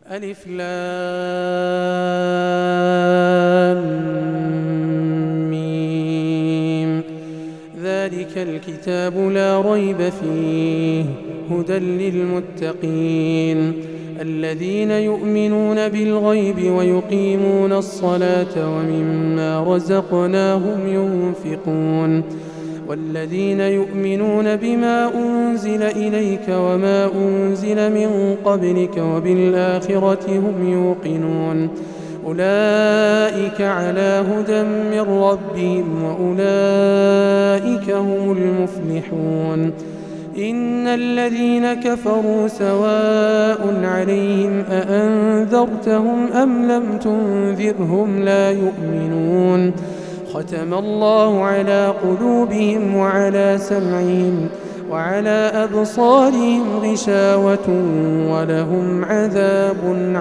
ألف لام ميم. ذلك الكتاب لا ريب فيه هدى للمتقين الذين يؤمنون بالغيب ويقيمون الصلاة ومما رزقناهم ينفقون والذين يؤمنون بما أنزل إليك وما أنزل من قبلك وبالآخرة هم يوقنون أولئك على هدى من ربهم وأولئك هم المفلحون إن الذين كفروا سواء عليهم أأنذرتهم أم لم تنذرهم لا يؤمنون ختم الله على قلوبهم وعلى سمعهم وعلى أبصارهم غشاوة ولهم عذاب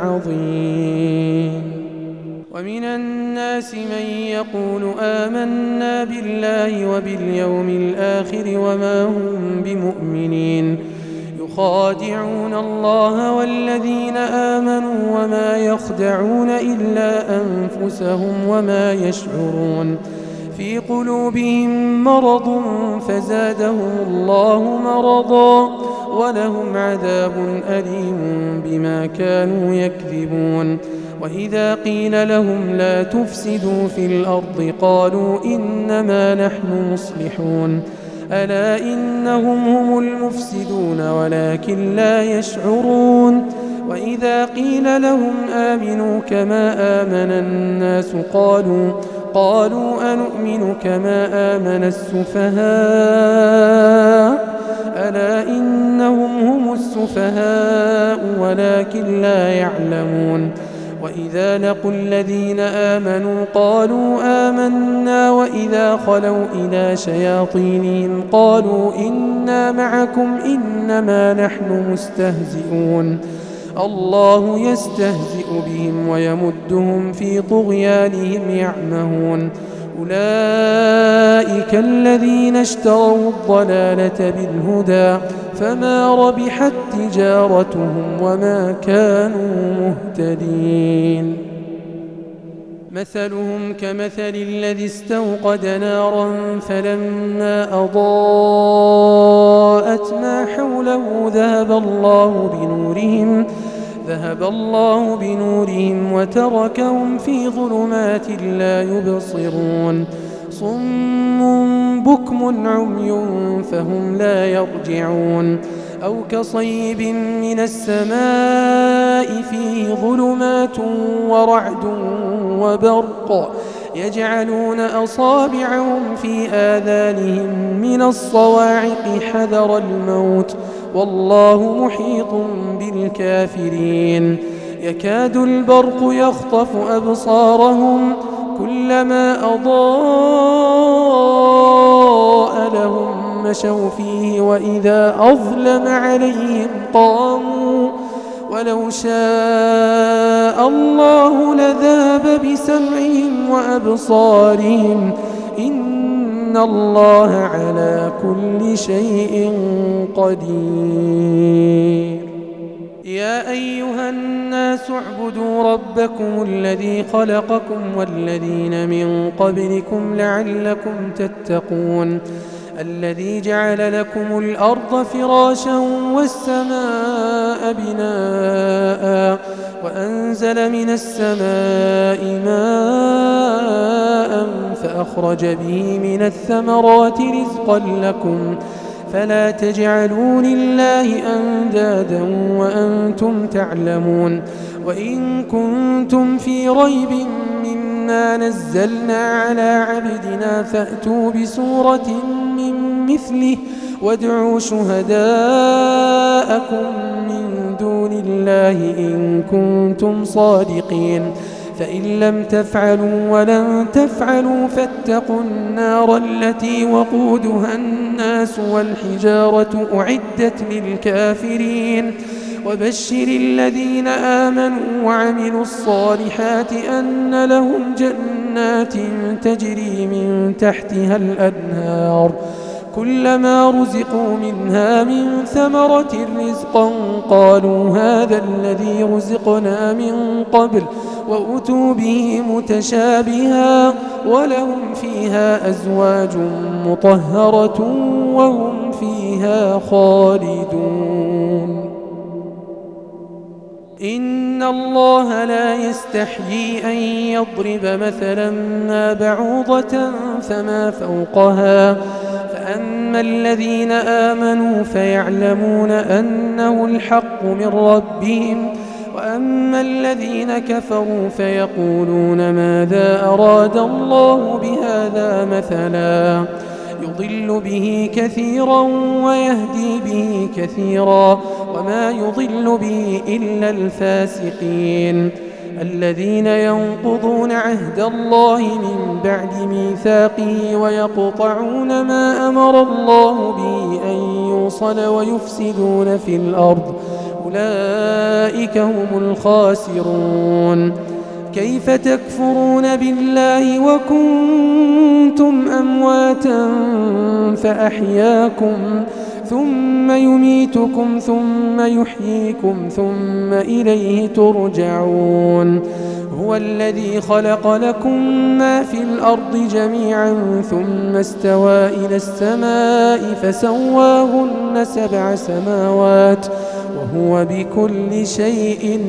عظيم ومن الناس من يقول آمنا بالله وباليوم الآخر وما هم بمؤمنين يخادعون الله والذين آمنوا وما يخدعون إلا أنفسهم وما يشعرون في قلوبهم مرض فزادهم الله مرضا ولهم عذاب أليم بما كانوا يكذبون وإذا قيل لهم لا تفسدوا في الأرض قالوا إنما نحن مصلحون ألا إنهم هم المفسدون ولكن لا يشعرون وإذا قيل لهم آمنوا كما آمن الناس قالوا أنؤمن كما آمن السفهاء ألا إنهم هم السفهاء ولكن لا يعلمون وإذا لقوا الذين آمنوا قالوا آمنا وإذا خلوا إلى شياطينهم قالوا إنا معكم إنما نحن مستهزئون الله يستهزئ بهم ويمدهم في طغيانهم يعمهون أولئك الذين اشتروا الضلالة بالهدى فما ربحت تجارتهم وما كانوا مهتدين مثلهم كمثل الذي استوقد نارا فلما أضاءت ما حوله ذهب الله بنورهم وتركهم في ظلمات لا يبصرون صم بكم عمي فهم لا يرجعون أو كصيب من السماء فيه ظلمات ورعد وبرق يجعلون أصابعهم في آذانهم من الصواعق حذر الموت والله محيط بالكافرين يكاد البرق يخطف أبصارهم كلما أضاء لهم مشوا فيه وإذا أظلم عليهم قاموا ولو شاء الله لذهب بسمعهم وأبصارهم إن الله على كل شيء قدير يا أيها الناس اعبدوا ربكم الذي خلقكم والذين من قبلكم لعلكم تتقون الذي جعل لكم الأرض فراشا والسماء بناء وأنزل من السماء ماء فأخرج به من الثمرات رزقا لكم فلا تجعلوا لله أندادا وأنتم تعلمون وإن كنتم في ريب مما نزلنا على عبدنا فأتوا بسورة من مثله وادعوا شهداءكم من دون الله إن كنتم صادقين فإن لم تفعلوا ولن تفعلوا فاتقوا النار التي وقودها الناس والحجارة أعدت للكافرين وبشر الذين آمنوا وعملوا الصالحات أن لهم جنات تجري من تحتها الأنهار وكلما رزقوا منها من ثمرة رزقا قالوا هذا الذي رزقنا من قبل وأتوا به متشابها ولهم فيها أزواج مطهرة وهم فيها خالدون. إن الله لا يستحيي أن يضرب مثلا ما بعوضة فما فوقها فأما الذين آمنوا فيعلمون أنه الحق من ربهم وأما الذين كفروا فيقولون ماذا أراد الله بهذا مثلا يضل به كثيرا ويهدي به كثيرا وما يضل به إلا الفاسقين الذين ينقضون عهد الله من بعد ميثاقه ويقطعون ما أمر الله به أن يوصل ويفسدون في الأرض أولئك هم الخاسرون. كيف تكفرون بالله وكنتم أمواتا فأحياكم ثم يميتكم ثم يحييكم ثم إليه ترجعون. هو الذي خلق لكم ما في الأرض جميعا ثم استوى إلى السماء فسواهن 7 سماوات وهو بكل شيء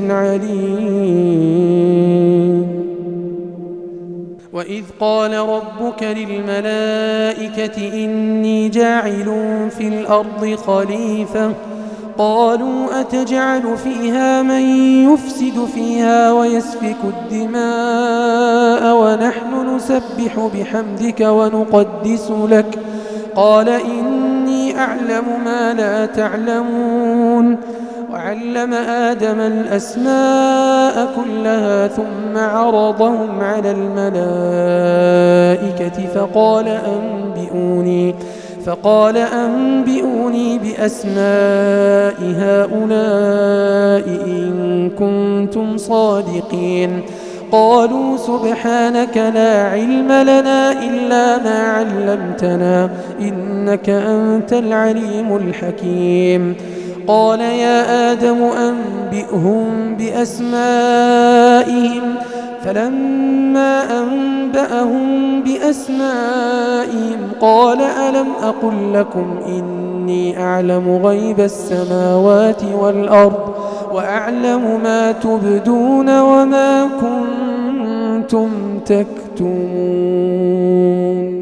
عليم. وإذ قال ربك للملائكة إني جاعل في الأرض خليفة قالوا أتجعل فيها من يفسد فيها ويسفك الدماء ونحن نسبح بحمدك ونقدس لك قال إني أعلم ما لا تعلمون. وعلم آدم الأسماء كلها ثم عرضهم على الملائكة فقال أنبئوني بأسماء هؤلاء إن كنتم صادقين. قالوا سبحانك لا علم لنا إلا ما علمتنا إنك أنت العليم الحكيم. قال يا آدم أنبئهم بأسمائهم فلما أنبأهم بأسمائهم قال ألم أقل لكم إني أعلم غيب السماوات والأرض وأعلم ما تبدون وما كنتم تكتمون.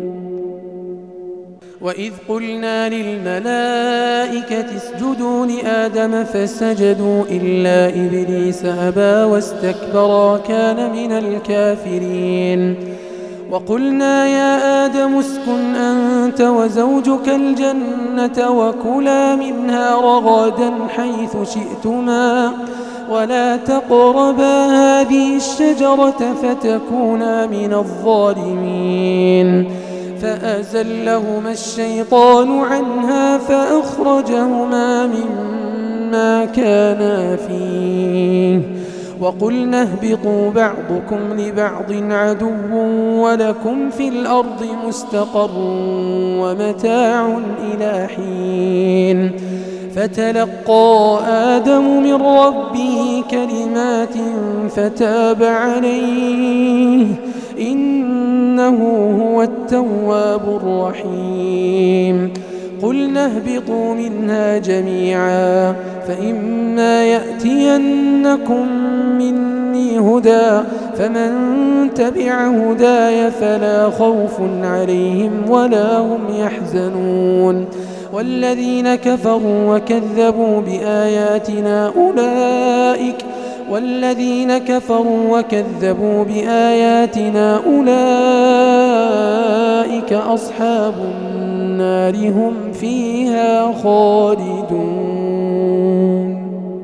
وإذ قلنا للملائكة اسجدوا لآدم فسجدوا إلا إبليس أبى واستكبر وكان من الكافرين. وقلنا يا آدم اسكن أنت وزوجك الجنة وكلا منها رغدا حيث شئتما ولا تقربا هذه الشجرة فتكونا من الظالمين. فأزلهما الشيطان عنها فأخرجهما مما كانا فيه. وقلنا اهبطوا بعضكم لبعض عدو ولكم في الأرض مستقر ومتاع إلى حين. فتلقى آدم من ربه كلمات فتاب عليه إنه هو التواب الرحيم. قلنا اهبطوا منها جميعا فإما يأتينكم مني هدى فمن تبع هداي فلا خوف عليهم ولا هم يحزنون. والذين كفروا وكذبوا بآياتنا أولئك أصحاب النار هم فيها خالدون.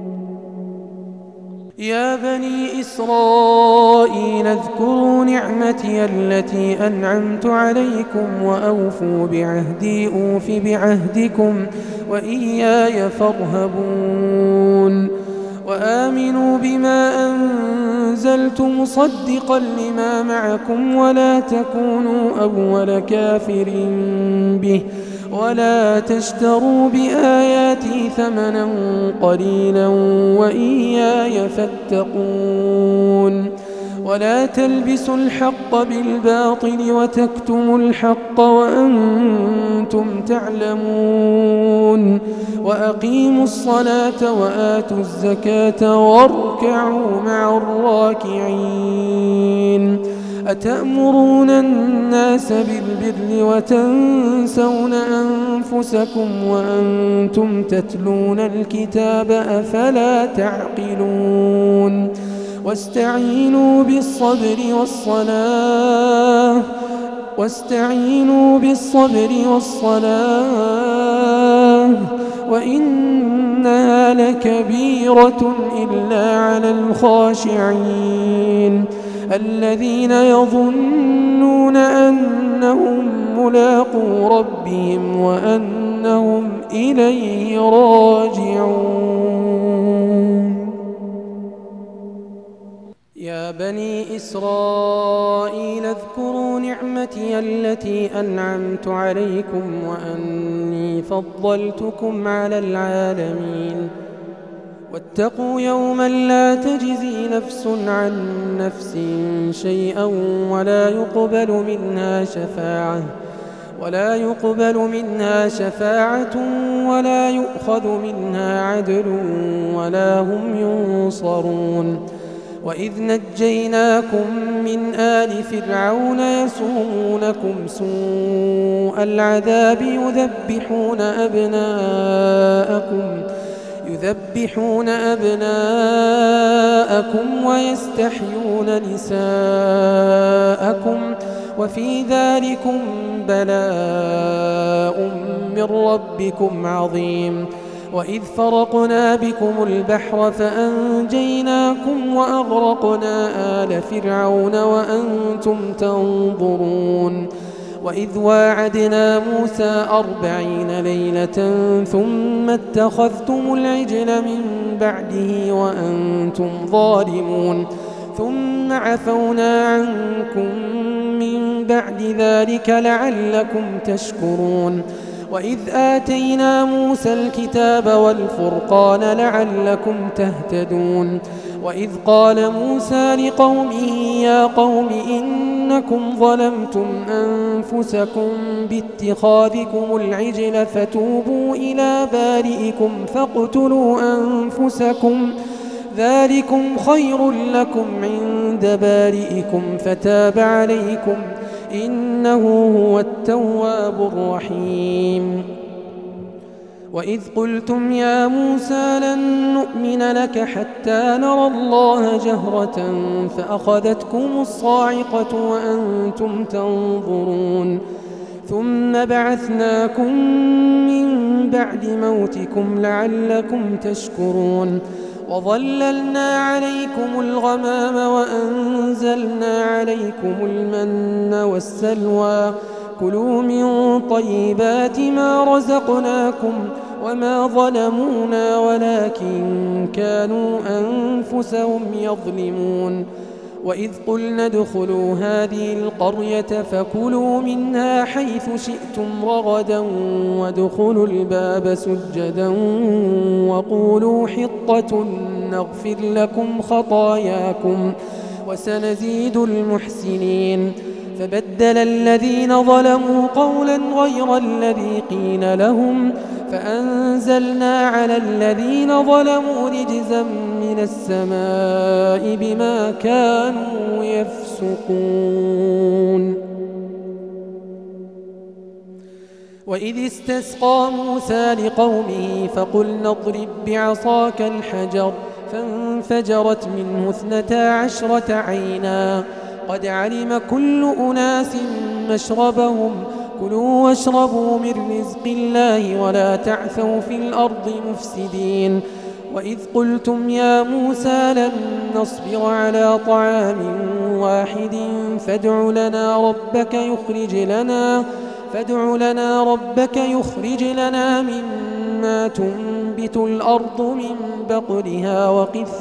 يا بني إسرائيل اذكروا نعمتي التي أنعمت عليكم وأوفوا بعهدي أوف بعهدكم وإياي فارهبون. وآمنوا بما أنزلت مصدقا لما معكم ولا تكونوا أول كافر به ولا تشتروا بآياتي ثمنا قليلا وإياي فاتقون ولا تلبسوا الحق بالباطل وتكتموا الحق وأنتم تعلمون وأقيموا الصلاة وآتوا الزكاة واركعوا مع الراكعين أتأمرون الناس بالبر وتنسون أنفسكم وأنتم تتلون الكتاب أفلا تعقلون واستعينوا بالصبر والصلاة وإنها لكبيرة إلا على الخاشعين الذين يظنون أنهم ملاقو ربهم وأنهم إليه راجعون. يا بني إسرائيل اذكروا نعمتي التي أنعمت عليكم وأني فضلتكم على العالمين واتقوا يوما لا تجزي نفس عن نفس شيئا ولا يقبل منها شفاعة ولا يؤخذ منها عدل ولا هم ينصرون وإذ نجيناكم من آل فرعون يسومونكم سوء العذاب يذبحون أبناءكم ويستحيون نساءكم وفي ذلكم بلاء من ربكم عظيم وإذ فرقنا بكم البحر فأنجيناكم وأغرقنا آل فرعون وأنتم تنظرون وإذ واعدنا موسى 40 ليلة ثم اتخذتم العجل من بعده وأنتم ظالمون ثم عفونا عنكم من بعد ذلك لعلكم تشكرون وإذ آتينا موسى الكتاب والفرقان لعلكم تهتدون وإذ قال موسى لقومه يا قوم إنكم ظلمتم أنفسكم باتخاذكم العجل فتوبوا إلى بارئكم فاقتلوا أنفسكم ذلكم خير لكم عند بارئكم فتاب عليكم إنه هو التواب الرحيم وإذ قلتم يا موسى لن نؤمن لك حتى نرى الله جهرة فأخذتكم الصاعقة وأنتم تنظرون ثم بعثناكم من بعد موتكم لعلكم تشكرون وظللنا عليكم الغمام وأنزلنا عليكم المن والسلوى كلوا من طيبات ما رزقناكم وما ظلمونا ولكن كانوا أنفسهم يظلمون وإذ قلنا ادخلوا هذه القرية فكلوا منها حيث شئتم رغدا وادخلوا الباب سجدا وقولوا حطة نغفر لكم خطاياكم وسنزيد المحسنين فبدل الذين ظلموا قولا غير الذي قيل لهم فأنزلنا على الذين ظلموا رجزا من السماء بما كانوا يفسقون وإذ استسقى موسى لقومه فقلنا اضرب بعصاك الحجر فانفجرت منه 12 عينا قد علم كل أناس مشربهم كلوا واشربوا من رزق الله ولا تعثوا في الأرض مفسدين وإذ قلتم يا موسى لن نصبر على طعام واحد فادع لنا ربك يخرج لنا مما تنبت الأرض من بقلها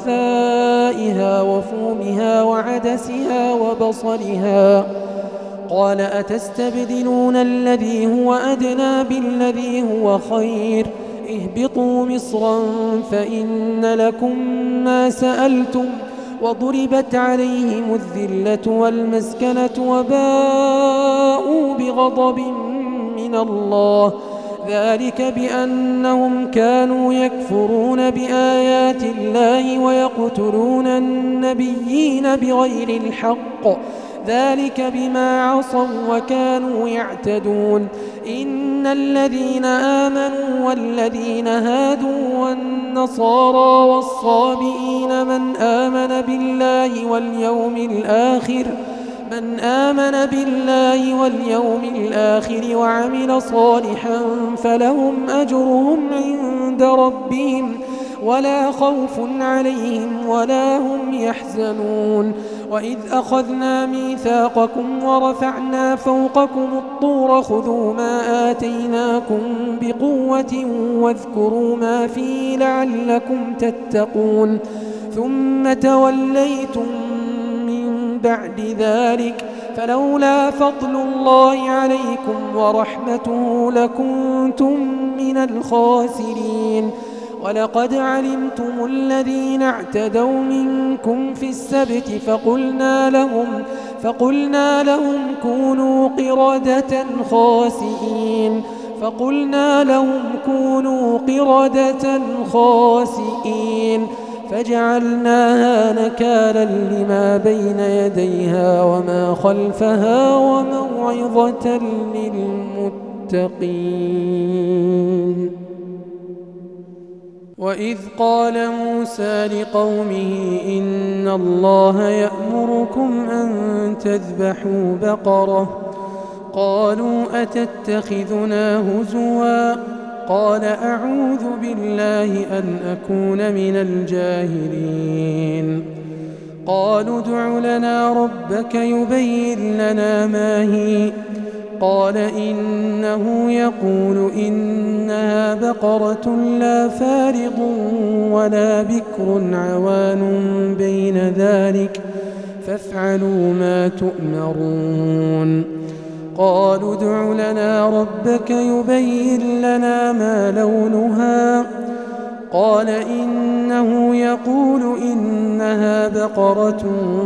وقثائها وفومها وعدسها وبصلها قال أتستبدلون الذي هو أدنى بالذي هو خير اهبطوا مصرا فإن لكم ما سألتم وضربت عليهم الذلة والمسكنة وباءوا بغضب من الله ذلك بأنهم كانوا يكفرون بآيات الله ويقتلون النبيين بغير الحق ذلك بما عصوا وكانوا يعتدون إن الذين آمنوا والذين هادوا والنصارى والصابئين من آمن بالله واليوم الآخر وعمل صالحا فلهم أجرهم عند ربهم ولا خوف عليهم ولا هم يحزنون وإذ أخذنا ميثاقكم ورفعنا فوقكم الطور خذوا ما آتيناكم بقوة واذكروا ما فيه لعلكم تتقون ثم توليتم من بعد ذلك فلولا فضل الله عليكم ورحمته لكنتم من الخاسرين ولقد علمتم الذين اعتدوا منكم في السبت فقلنا لهم كونوا قردة خاسئين فجعلناها نكالا لما بين يديها وما خلفها وموعظة للمتقين. وإذ قال موسى لقومه إن الله يأمركم أن تذبحوا بقرة قالوا أتتخذنا هزوا قال أعوذ بالله أن أكون من الجاهلين قالوا ادع لنا ربك يبين لنا ما هي قال إنه يقول إنها بقرة لا فارض ولا بكر عوان بين ذلك فافعلوا ما تؤمرون قالوا ادع لنا ربك يبين لنا ما لونها قال إنه يقول إنها بقرة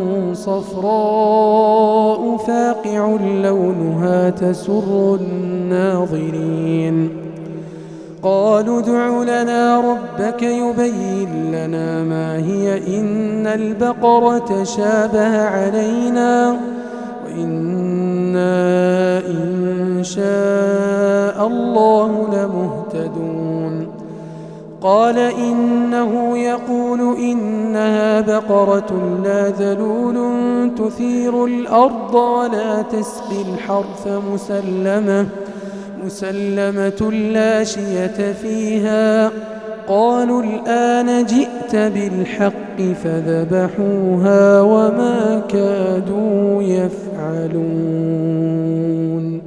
صفراء فاقع لونها تسر الناظرين قالوا ادع لنا ربك يبين لنا ما هي إن البقرة شابه علينا وإنا إن شاء الله لمهتدون قال إنه يقول إنها بقرة لا ذلول تثير الأرض ولا تسقي الحرث مسلمة لا شية فيها قالوا الآن جئت بالحق فذبحوها وما كادوا يفعلون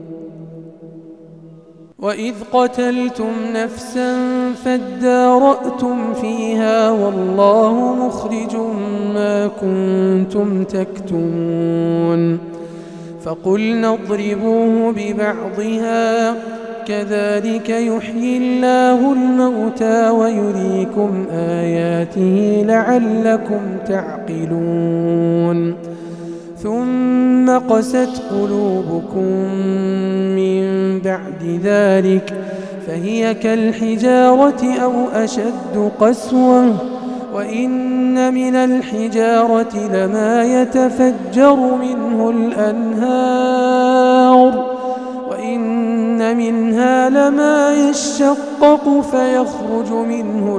وإذ قتلتم نفسا فادارأتم فيها والله مخرج ما كنتم تكتمون فقلنا اضربوه ببعضها كذلك يحيي الله الموتى ويريكم آياته لعلكم تعقلون ثم قست قلوبكم من بعد ذلك فهي كالحجارة أو أشد قسوة وإن من الحجارة لما يتفجر منه الأنهار وإن منها لما يشقق فيخرج منه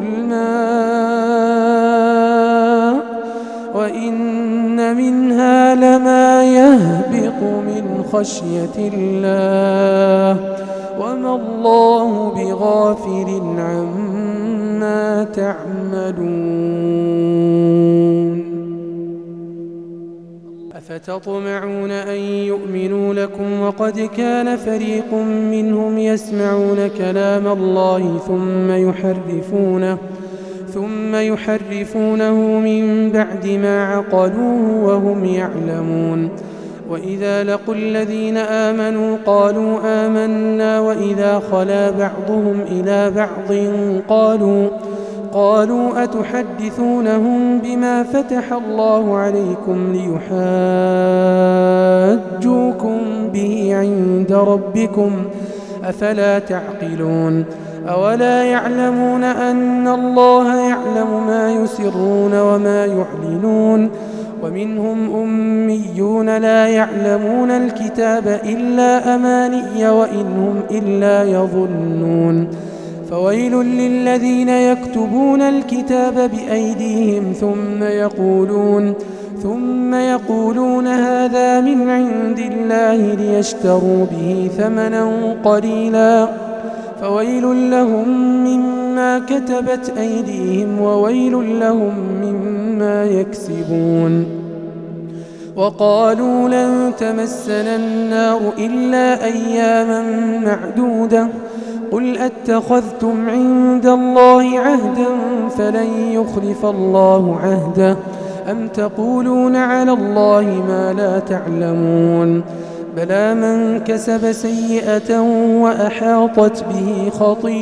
الماء وإن منها لما يهبط من خشية الله وما الله بغافل عما تعملون أفتطمعون أن يؤمنوا لكم وقد كان فريق منهم يسمعون كلام الله ثم يحرفونه من بعد ما عقلوه وهم يعلمون وإذا لقوا الذين آمنوا قالوا آمنا وإذا خلا بعضهم إلى بعض قالوا أتحدثونهم بما فتح الله عليكم ليحاجوكم به عند ربكم أفلا تعقلون أولا يعلمون أن الله يعلم ما يسرون وما يعلنون ومنهم أميون لا يعلمون الكتاب إلا أماني وإنهم إلا يظنون فويل للذين يكتبون الكتاب بأيديهم ثم يقولون هذا من عند الله ليشتروا به ثمنا قليلا فويل لهم مما كتبت أيديهم وويل لهم مما يكسبون وقالوا لن تمسنا النار إلا أياما معدودة قل أتخذتم عند الله عهدا فلن يخلف الله عهده أم تقولون على الله ما لا تعلمون بلى من كسب سيئة وأحاطت به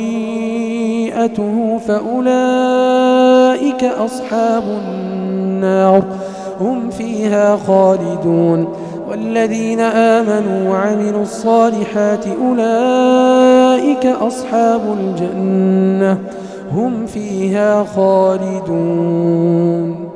خطيئته فأولئك أصحاب النار هم فيها خالدون والذين آمنوا وعملوا الصالحات أولئك أصحاب الجنة هم فيها خالدون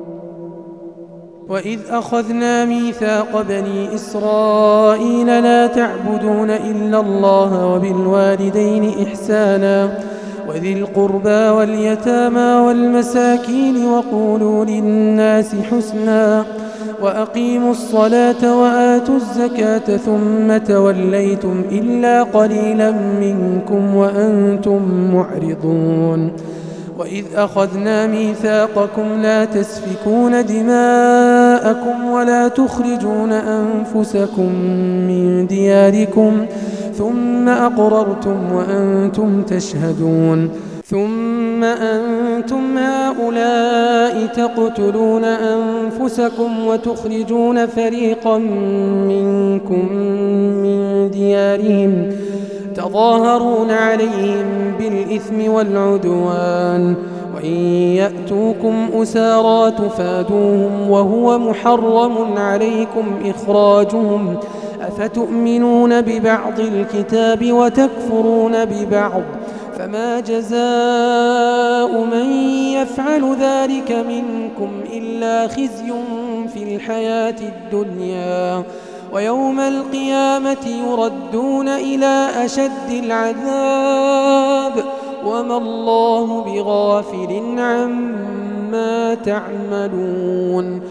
وإذ أخذنا ميثاق بني إسرائيل لا تعبدون إلا الله وبالوالدين إحسانا وذي القربى واليتامى والمساكين وقولوا للناس حسنا وأقيموا الصلاة وآتوا الزكاة ثم توليتم إلا قليلا منكم وأنتم معرضون وإذ أخذنا ميثاقكم لا تسفكون دماءكم ولا تخرجون أنفسكم من دياركم ثم أقررتم وأنتم تشهدون ثم أنتم هؤلاء تقتلون أنفسكم وتخرجون فريقا منكم من ديارهم تظاهرون عليهم بالإثم والعدوان وإن يأتوكم أسارى تفادوهم وهو محرم عليكم إخراجهم أفتؤمنون ببعض الكتاب وتكفرون ببعض فما جزاء من يفعل ذلك منكم إلا خزي في الحياة الدنيا ويوم القيامة يردون إلى أشد العذاب وما الله بغافل عما تعملون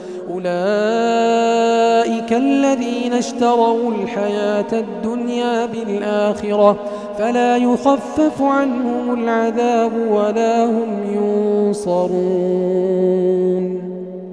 أولئك الذين اشتروا الحياة الدنيا بالآخرة فلا يخفف عنهم العذاب ولا هم ينصرون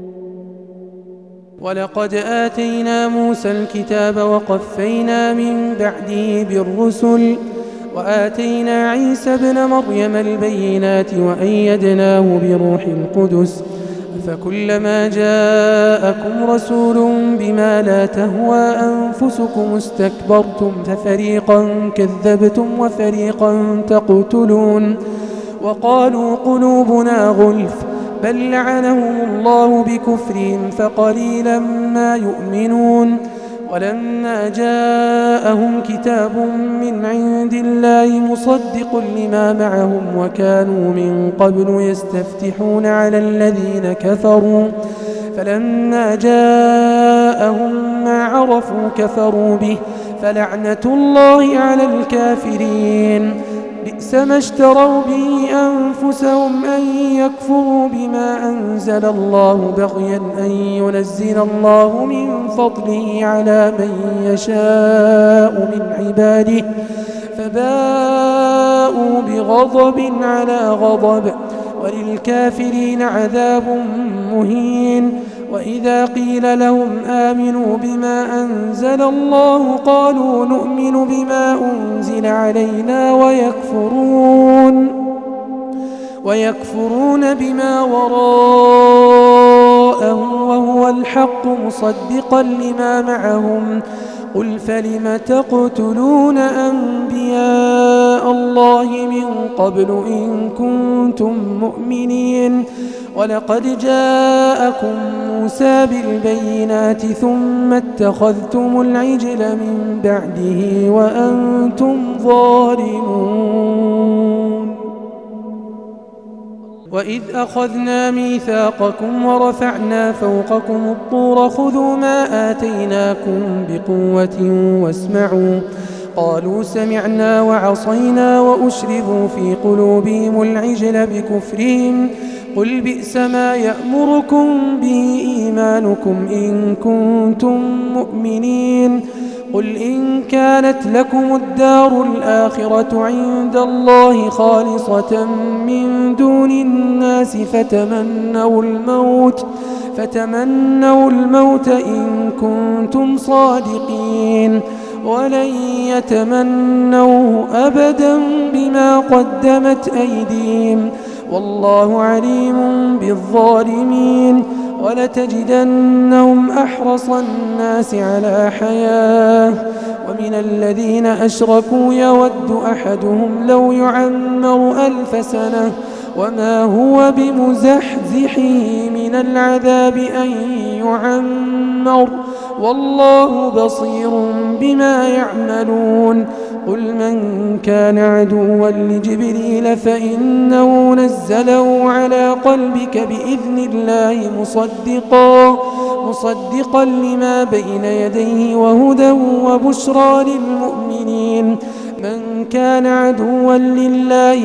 ولقد آتينا موسى الكتاب وقفينا من بعده بالرسل وآتينا عيسى ابن مريم البينات وأيدناه بروح القدس فكلما جاءكم رسول بما لا تهوى أنفسكم استكبرتم ففريقا كذبتم وفريقا تقتلون وقالوا قلوبنا غلف بل لعنهم الله بكفرهم فقليلا ما يؤمنون ولما جاءهم كتاب من عند الله مصدق لما معهم وكانوا من قبل يستفتحون على الذين كفروا فلما جاءهم ما عرفوا كفروا به فلعنة الله على الكافرين بئس ما اشتروا به أنفسهم أن يكفروا بما أنزل الله بغيا أن ينزل الله من فضله على من يشاء من عباده فباءوا بغضب على غضب وللكافرين عذاب مهين وإذا قيل لهم آمنوا بما أنزل الله قالوا نؤمن بما أنزل علينا ويكفرون بما وراءه وهو هو الحق مصدقا لما معهم قل فلم تقتلون أنبياء الله من قبل إن كنتم مؤمنين ولقد جاءكم موسى بالبينات ثم اتخذتم العجل من بعده وأنتم ظالمون وإذ أخذنا ميثاقكم ورفعنا فوقكم الطور خذوا ما آتيناكم بقوة واسمعوا قالوا سمعنا وعصينا وأشربوا في قلوبهم العجل بكفرهم قل بئس ما يأمركم به إيمانكم إن كنتم مؤمنين قل إن كانت لكم الدار الآخرة عند الله خالصة من دون الناس فتمنوا الموت إن كنتم صادقين ولن يتمنوه أبدا بما قدمت أيديهم والله عليم بالظالمين ولتجدنهم أحرص الناس على حياة ومن الذين أشركوا يود أحدهم لو يعمر 1000 سنة وما هو بمزحزحه من العذاب أن يعمر والله بصير بما يعملون قل من كان عدوا لجبريل فإنه نزله على قلبك بإذن الله مصدقا لما بين يديه وهدى وبشرى للمؤمنين من كان عدوا لله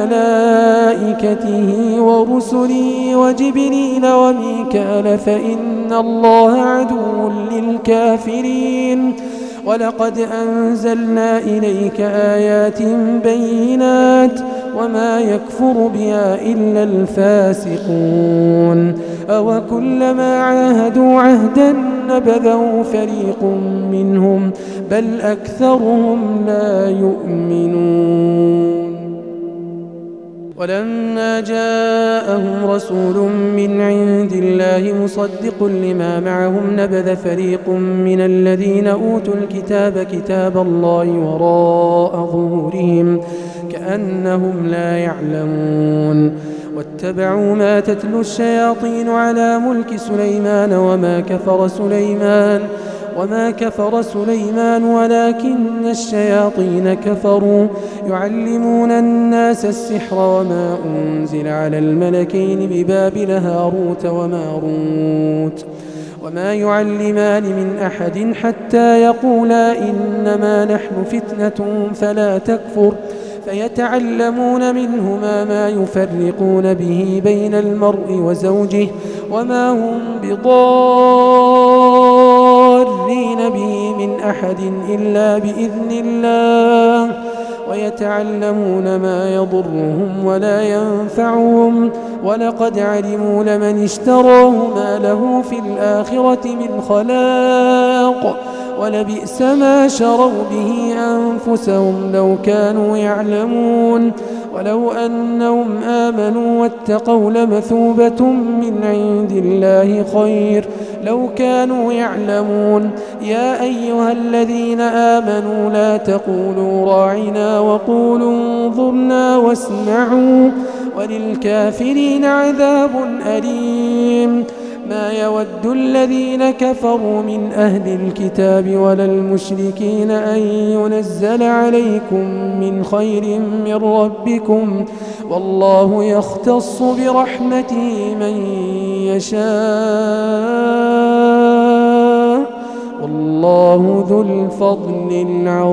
وملائكته ورسله وجبريل وميكال فإن الله عدو للكافرين ولقد أنزلنا إليك آيات بينات وما يكفر بها إلا الفاسقون أوكلما عاهدوا عهدا نبذه فريق منهم بل أكثرهم لا يؤمنون ولما جاءهم رسول من عند الله مصدق لما معهم نبذ فريق من الذين أوتوا الكتاب كتاب الله وراء ظهورهم كأنهم لا يعلمون واتبعوا ما تتلو الشياطين على ملك سليمان وما كفر سليمان ولكن الشياطين كفروا يعلمون الناس السحر وما أنزل على الملكين ببابل هاروت وماروت وما يعلمان من أحد حتى يقولا إنما نحن فتنة فلا تكفر فيتعلمون منهما ما يفرقون به بين المرء وزوجه وما هم بضارين به من أحد إلا بإذن الله ويتعلمون ما يضرهم ولا ينفعهم ولقد علموا لمن اشتراه ما له في الآخرة من خلاق ولبئس ما شروا به أنفسهم لو كانوا يعلمون ولو أنهم آمنوا واتقوا لمثوبة من عند الله خير لو كانوا يعلمون يا أيها الذين آمنوا لا تقولوا راعنا وقولوا انظرنا واسمعوا وللكافرين عذاب أليم ما يود الذين كفروا من أهل الكتاب ولا المشركين أن ينزل عليكم من خير من ربكم والله يختص برحمته من يشاء والله ذو الفضل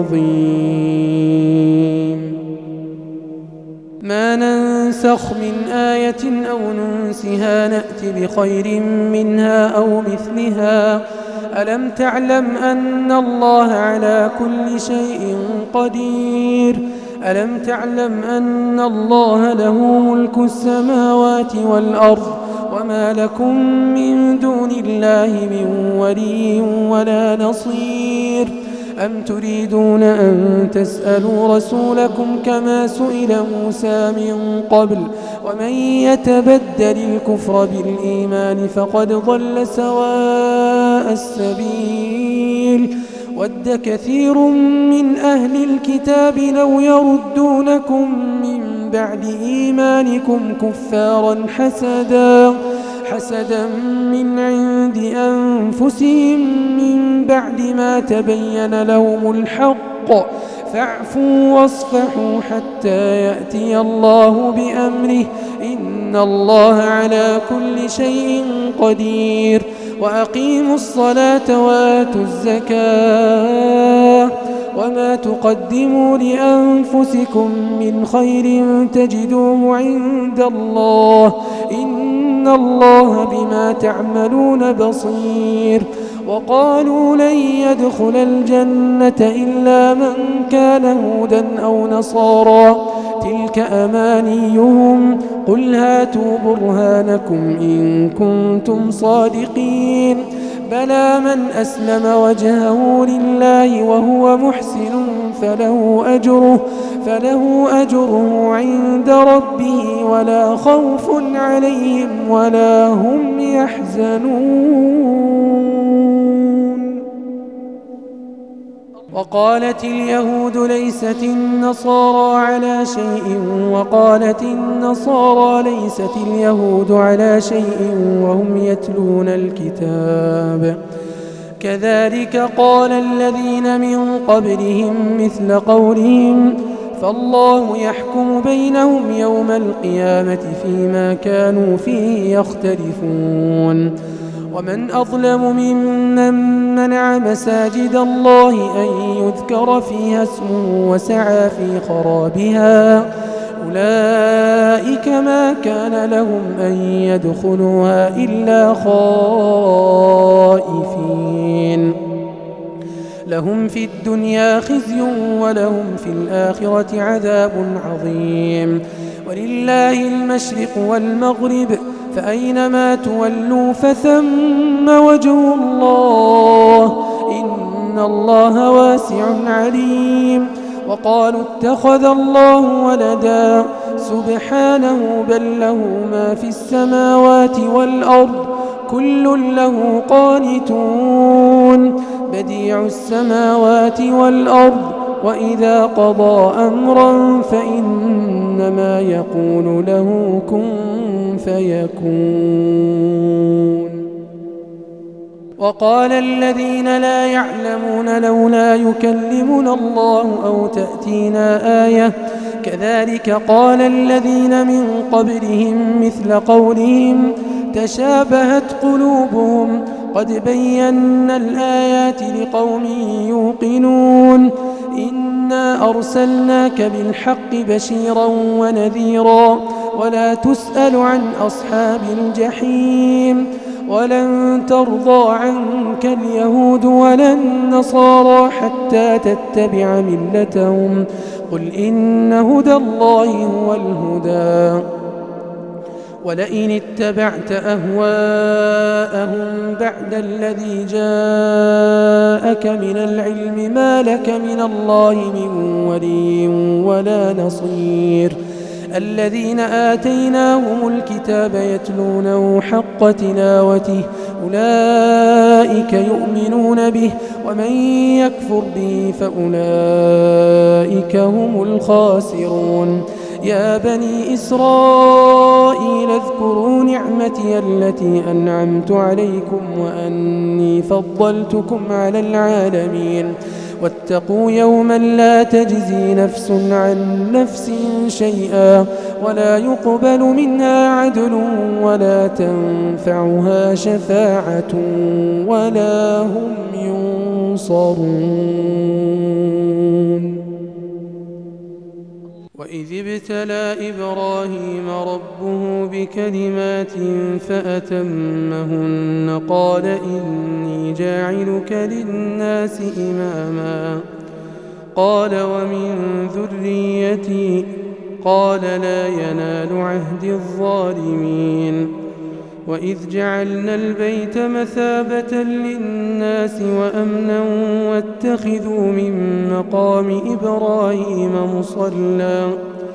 العظيم ما ننسخ من آية أو ننسها نأت بخير منها أو مثلها ألم تعلم أن الله على كل شيء قدير ألم تعلم أن الله له ملك السماوات والأرض وما لكم من دون الله من ولي ولا نصير أم تريدون أن تسألوا رسولكم كما سئل موسى من قبل ومن يتبدل الكفر بالإيمان فقد ضل سواء السبيل ود كثير من أهل الكتاب لو يردونكم من بعد إيمانكم كفارا حسدا من عند أنفسهم من بعد ما تبين لهم الحق فاعفوا واصفحوا حتى يأتي الله بأمره إن الله على كل شيء قدير وأقيموا الصلاة وآتوا الزكاة وما تقدموا لأنفسكم من خير تجدوه عند الله إن الله بما تعملون بصير وقالوا لن يدخل الجنة إلا من كان هودا أو نصارى تلك أمانيهم قل هاتوا برهانكم إن كنتم صادقين بلى من أسلم وجهه لله وهو محسن فله أجره عند ربه ولا خوف عليهم ولا هم يحزنون وقالت اليهود ليست النصارى على شيء وقالت النصارى ليست اليهود على شيء وهم يتلون الكتاب كذلك قال الذين من قبلهم مثل قولهم فالله يحكم بينهم يوم القيامة فيما كانوا فيه يختلفون ومن أظلم ممن منع مساجد الله أن يذكر فيها اسمه وسعى في خرابها أولئك ما كان لهم أن يدخلوها إلا خائفين لهم في الدنيا خزي ولهم في الآخرة عذاب عظيم ولله المشرق والمغرب فأينما تولوا فثم وجه الله إن الله واسع عليم وقالوا اتخذ الله ولدا سبحانه بل له ما في السماوات والأرض كل له قانتون بديع السماوات والأرض وإذا قضى أمرا فإنما يقول له كن فيكون وقال الذين لا يعلمون لولا يكلمنا الله أو تأتينا آية كذلك قال الذين من قبلهم مثل قولهم تشابهت قلوبهم قد بينا الآيات لقوم يوقنون إنا أرسلناك بالحق بشيرا ونذيرا ولا تسأل عن أصحاب الجحيم ولن ترضى عنك اليهود ولا النصارى حتى تتبع ملتهم قل إن هدى الله هو الهدى ولئن اتبعت أهواءهم بعد الذي جاءك من العلم ما لك من الله من ولي ولا نصير الذين آتيناهم الكتاب يتلونه حق تلاوته أولئك يؤمنون به ومن يكفر به فأولئك هم الخاسرون يا بني إسرائيل اذكروا نعمتي التي أنعمت عليكم وأني فضلتكم على العالمين واتقوا يوما لا تجزي نفس عن نفس شيئا ولا يقبل منها عدل ولا تنفعها شفاعة ولا هم ينصرون وإذ ابتلى إبراهيم ربه بكلمات فأتمهن قال إني جاعلك للناس إماما قال ومن ذريتي قال لا ينال عهد الظالمين وإذ جعلنا البيت مثابة للناس وأمنا واتخذوا من مقام إبراهيم مصلى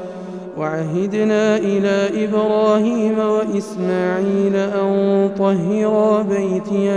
وعهدنا إلى إبراهيم وإسماعيل أن طهرا بيتي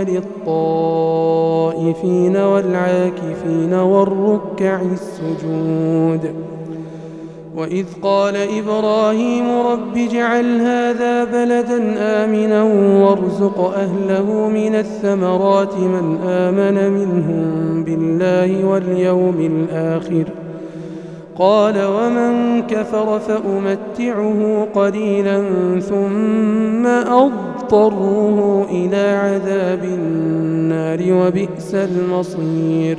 للطائفين والعاكفين والركع السجود وإذ قال إبراهيم رب اجعل هذا بلدا آمنا وارزق أهله من الثمرات من آمن منهم بالله واليوم الآخر قال ومن كفر فأمتعه قليلا ثم أضطره إلى عذاب النار وبئس المصير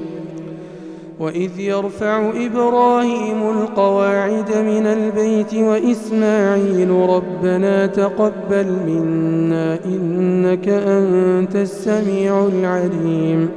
وإذ يرفع إبراهيم القواعد من البيت وإسماعيل ربنا تقبل منا إنك أنت السميع العليم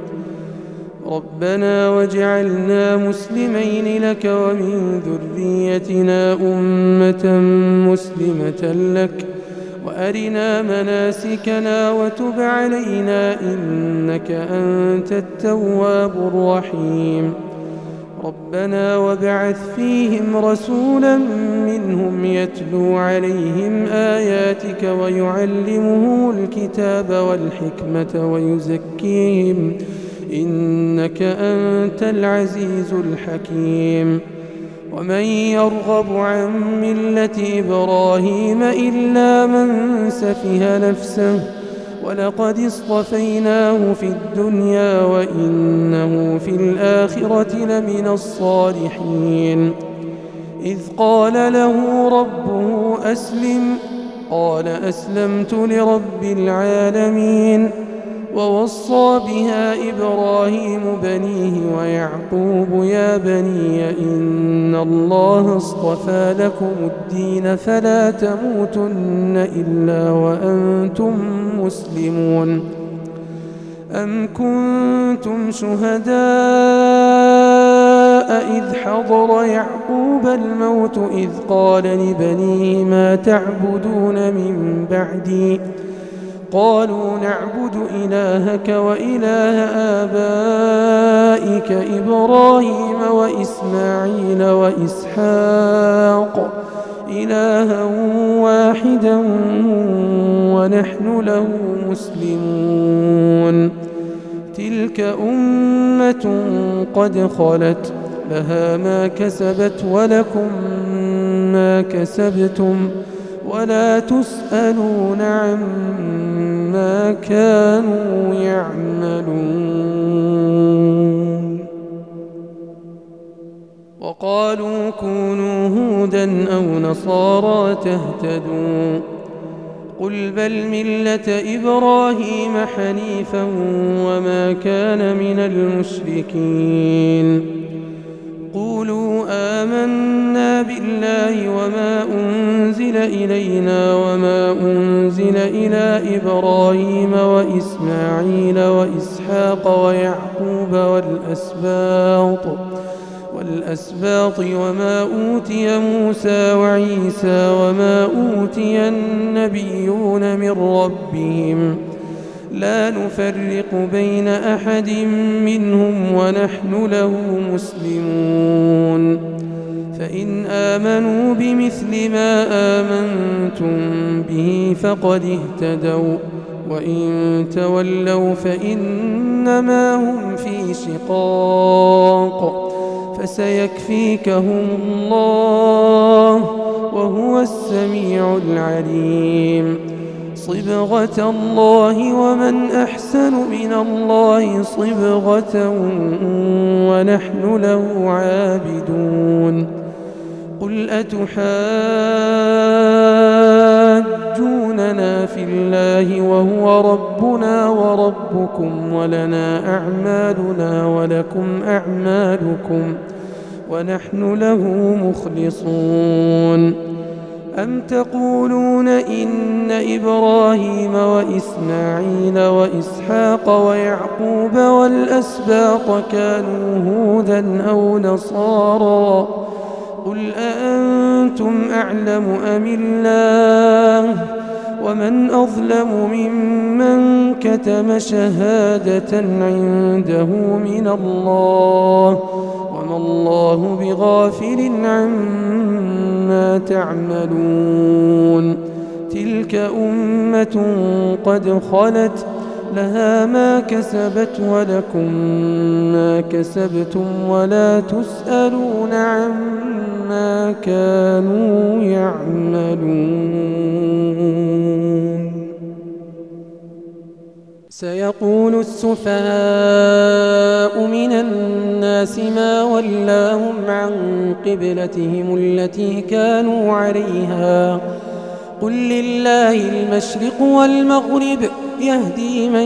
ربنا واجعلنا مسلمين لك ومن ذريتنا أمة مسلمة لك وأرنا مناسكنا وتب علينا إنك أنت التواب الرحيم ربنا وابعث فيهم رسولا منهم يتلو عليهم آياتك ويعلمهم الكتاب والحكمة ويزكيهم إنك أنت العزيز الحكيم ومن يرغب عن ملة إبراهيم إلا من سفه نفسه ولقد اصطفيناه في الدنيا وإنه في الآخرة لمن الصالحين إذ قال له ربه أسلم قال أسلمت لرب العالمين ووصى بها إبراهيم بنيه ويعقوب يا بني إن الله اصطفى لكم الدين فلا تموتن إلا وأنتم مسلمون أم كنتم شهداء إذ حضر يعقوب الموت إذ قال لبنيه ما تعبدون من بعدي قالوا نعبد إلهك وإله آبائك إبراهيم وإسماعيل وإسحاق إلها واحدا ونحن له مسلمون تلك أمة قد خلت لها ما كسبت ولكم ما كسبتم ولا تسألون عما كانوا يعملون وقالوا كونوا هودا أو نصارى تهتدوا قل بل ملة إبراهيم حنيفا وما كان من المشركين قولوا آمنا بالله وما أنزل إلينا وما أنزل إلى إبراهيم وإسماعيل وإسحاق ويعقوب والأسباط وما أوتي موسى وعيسى وما أوتي النبيون من ربهم لا نفرق بين أحد منهم ونحن له مسلمون فإن آمنوا بمثل ما آمنتم به فقد اهتدوا وإن تولوا فإنما هم في شقاق فسيكفيكهم الله وهو السميع العليم صبغة الله ومن أحسن من الله صبغة ونحن له عابدون قل أتحاجوننا في الله وهو ربنا وربكم ولنا أعمالنا ولكم أعمالكم ونحن له مخلصون أم تقولون إن إبراهيم وإسماعيل وإسحاق ويعقوب والأسباط كانوا هودا أو نصارى قل أأنتم أعلم أم الله ومن أظلم ممن كتم شهادة عنده من الله وما الله بغافل عما تعملون تلك أمة قد خلت لها ما كسبت ولكم ما كسبتم ولا تسألون عما كانوا يعملون سيقول السفهاء من الناس ما ولاهم عن قبلتهم التي كانوا عليها قل لله المشرق والمغرب يهدي من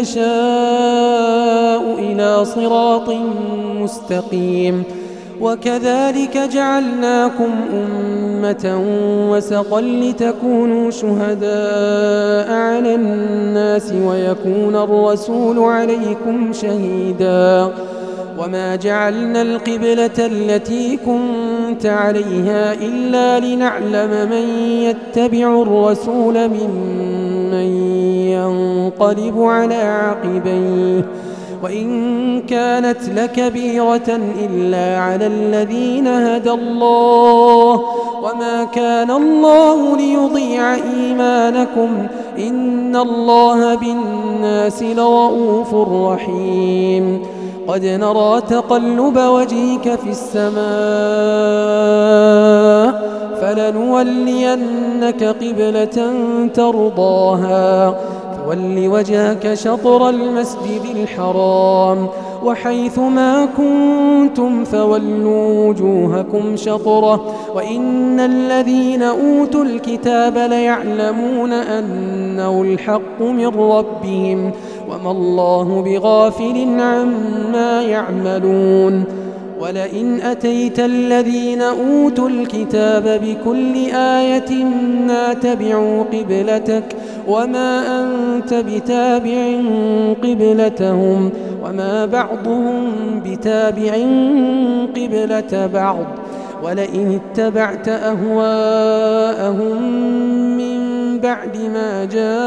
يشاء إلى صراط مستقيم وكذلك جعلناكم أمة وسطا لتكونوا شهداء على الناس ويكون الرسول عليكم شهيدا وما جعلنا القبلة التي كنت عليها إلا لنعلم من يتبع الرسول ممن ينقلب على عقبيه وإن كانت لكبيرة إلا على الذين هدى الله وما كان الله ليضيع إيمانكم إن الله بالناس لرؤوف رحيم قد نرى تقلب وجهك في السماء فلنولينك قبلة ترضاها فول وجهك شطر المسجد الحرام وحيث ما كنتم فولوا وجوهكم شطره وإن الذين أوتوا الكتاب ليعلمون أنه الحق من ربهم وما الله بغافل عما يعملون ولئن أتيت الذين أوتوا الكتاب بكل آية ما تبعوا قبلتك وما أنت بتابع قبلتهم وما بعضهم بتابع قبلة بعض ولئن اتبعت أهواءهم من بعد ما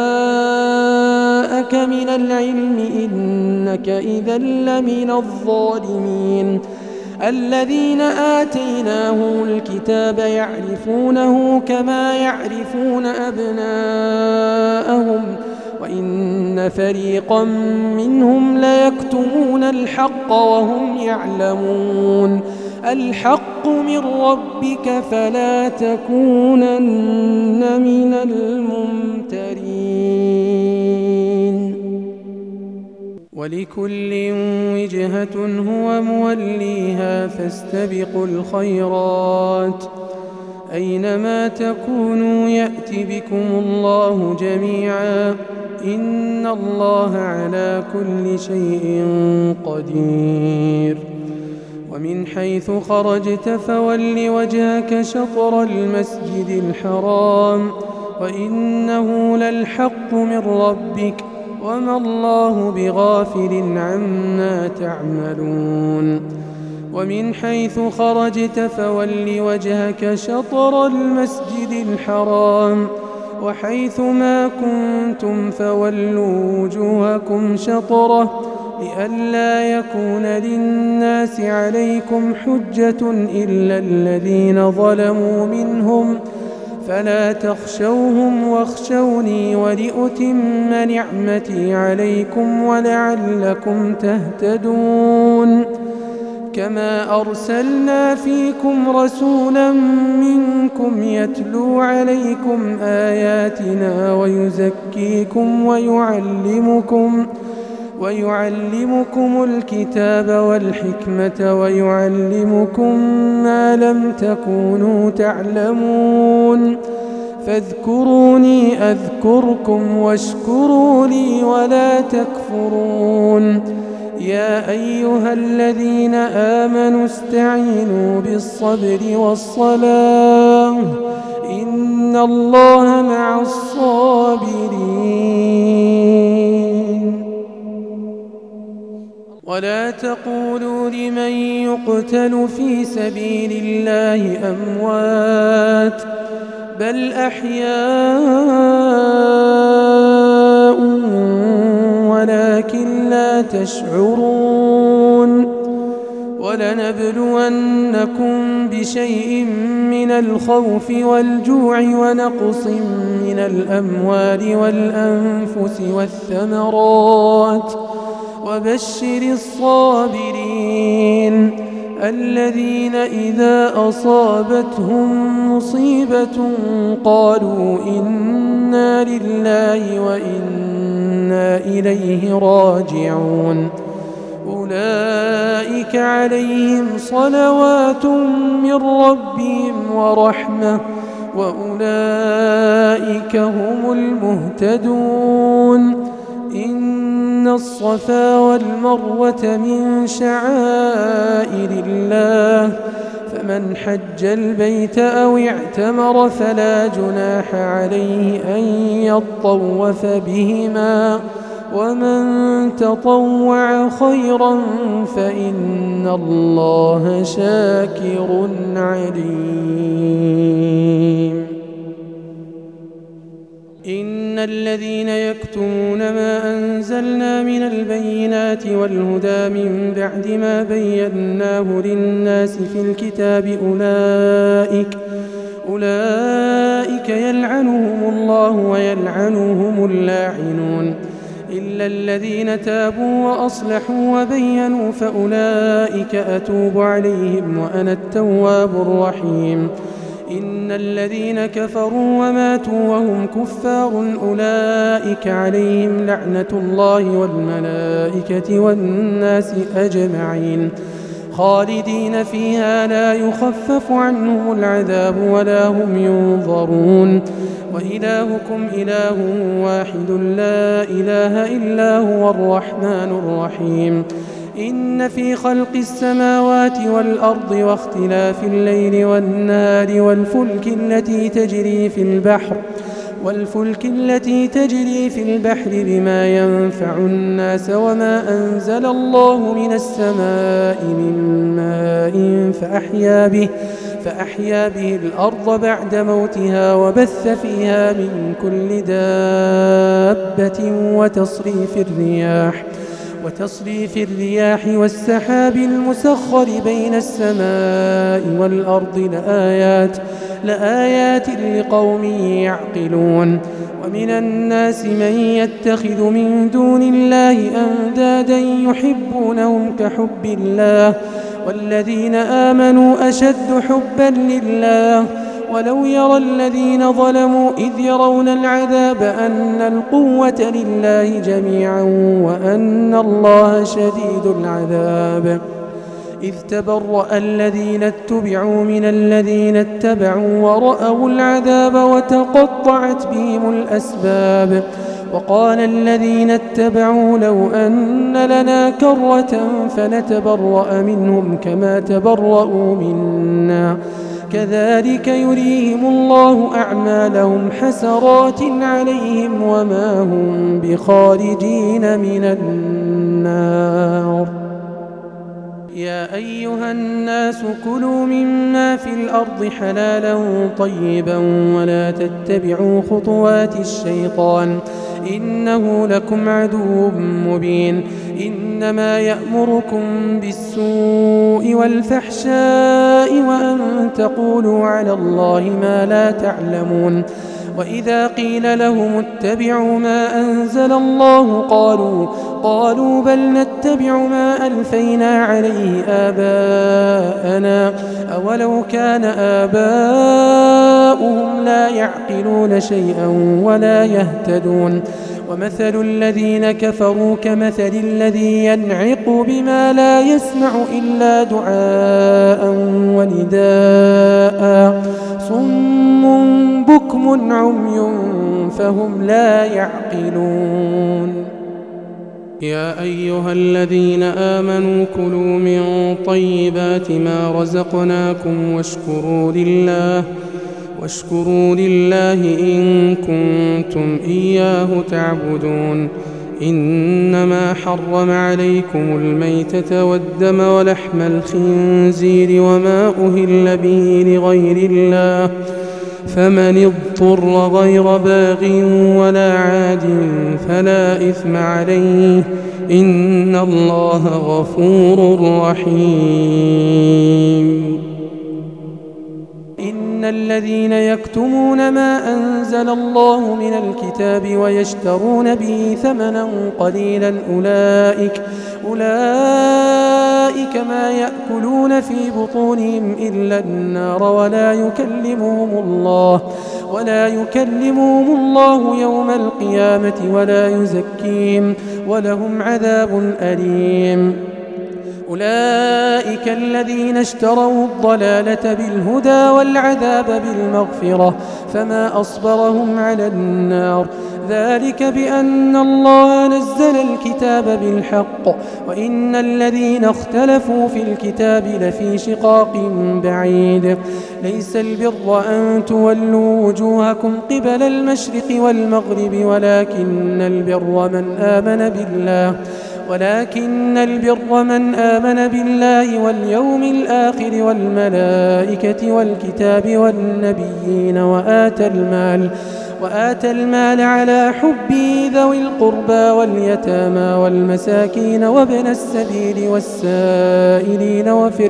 جاءك من العلم إنك إذا لمن الظالمين الذين آتيناهم الكتاب يعرفونه كما يعرفون أبناءهم وإن فريقا منهم ليكتمون الحق وهم يعلمون الحق من ربك فلا تكونن من الممترين ولكل وجهة هو موليها فاستبقوا الخيرات أينما تكونوا يأت بكم الله جميعا إن الله على كل شيء قدير ومن حيث خرجت فول وجهك شطر المسجد الحرام وإنه للحق من ربك وما الله بغافل عما تعملون ومن حيث خرجت فول وجهك شطر المسجد الحرام وحيث ما كنتم فولوا وجوهكم شطره لئلا يكون للناس عليكم حجة إلا الذين ظلموا منهم فلا تخشوهم واخشوني ولأتم نعمتي عليكم ولعلكم تهتدون كما أرسلنا فيكم رسولا منكم يتلو عليكم آياتنا ويزكيكم ويعلمكم الكتاب والحكمة ويعلمكم ما لم تكونوا تعلمون فاذكروني أذكركم واشكروا لي ولا تكفرون يا أيها الذين آمنوا استعينوا بالصبر والصلاة إن الله مع الصابرين ولا تقولوا لمن يقتل في سبيل الله أموات بل أحياء ولكن لا تشعرون ولنبلونكم بشيء من الخوف والجوع ونقص من الأموال والأنفس والثمرات وبشر الصابرين الذين إذا أصابتهم مصيبة قالوا إنا لله وإنا إليه راجعون أولئك عليهم صلوات من ربهم ورحمة وأولئك هم المهتدون إن الصفا والمروة من شعائر الله فمن حج البيت أو اعتمر فلا جناح عليه أن يطوف بهما ومن تطوع خيرا فإن الله شاكر عليم إن الذين يكتمون ما أنزلنا من البينات والهدى من بعد ما بيناه للناس في الكتاب أولئك يلعنهم الله ويلعنهم اللاعنون إلا الذين تابوا وأصلحوا وبينوا فأولئك أتوب عليهم وأنا التواب الرحيم إن الذين كفروا وماتوا وهم كفار أولئك عليهم لعنة الله والملائكة والناس أجمعين خالدين فيها لا يخفف عنهم العذاب ولا هم ينظرون وإلهكم إله واحد لا إله إلا هو الرحمن الرحيم إن في خلق السماوات والأرض واختلاف الليل والنهار والفلك التي تجري في البحر بما ينفع الناس وما أنزل الله من السماء من ماء فأحيا به الأرض بعد موتها وبث فيها من كل دابة وتصريف الرياح والسحاب المسخر بين السماء والأرض لآيات لقوم يعقلون ومن الناس من يتخذ من دون الله أندادا يحبونهم كحب الله والذين آمنوا أشد حبا لله ولو يرى الذين ظلموا إذ يرون العذاب أن القوة لله جميعا وأن الله شديد العذاب إذ تبرأ الذين اتبعوا من الذين اتبعوا ورأوا العذاب وتقطعت بهم الأسباب وقال الذين اتبعوا لو أن لنا كرة فنتبرأ منهم كما تبرأوا منا كذلك يريهم الله أعمالهم حسرات عليهم وما هم بخارجين من النار يا أيها الناس كلوا مما في الأرض حلالا طيبا ولا تتبعوا خطوات الشيطان إنه لكم عدو مبين إنما يأمركم بالسوء والفحشاء وأن تقولوا على الله ما لا تعلمون وإذا قيل لهم اتبعوا ما أنزل الله قالوا بل نتبع ما ألفينا عليه آباءنا أولو كان آباؤهم لا يعقلون شيئا ولا يهتدون ومثل الذين كفروا كمثل الذي ينعق بما لا يسمع إلا دعاء ونداء صم بكم عمي فهم لا يعقلون يا أيها الذين آمنوا كلوا من طيبات ما رزقناكم واشكروا لله إن كنتم إياه تعبدون إنما حرم عليكم الميتة والدم ولحم الخنزير وما أهل به لغير الله فمن اضطر غير باغ ولا عاد فلا إثم عليه إن الله غفور رحيم. إن الذين يكتمون ما أنزل الله من الكتاب ويشترون به ثمنا قليلا أولئك ما يأكلون في بطونهم إلا النار ولا يكلمهم الله يوم القيامة ولا يزكيهم ولهم عذاب أليم. أولئك الذين اشتروا الضلالة بالهدى والعذاب بالمغفرة فما أصبرهم على النار ذلك بأن الله نزل الكتاب بالحق وإن الذين اختلفوا في الكتاب لفي شقاق بعيد. ليس البر أن تولوا وجوهكم قبل المشرق والمغرب ولكن البر من آمن بالله واليوم الآخر والملائكة والكتاب والنبيين وآتى المال على حبه ذوي القربى واليتامى والمساكين وابن السبيل والسائلين وفي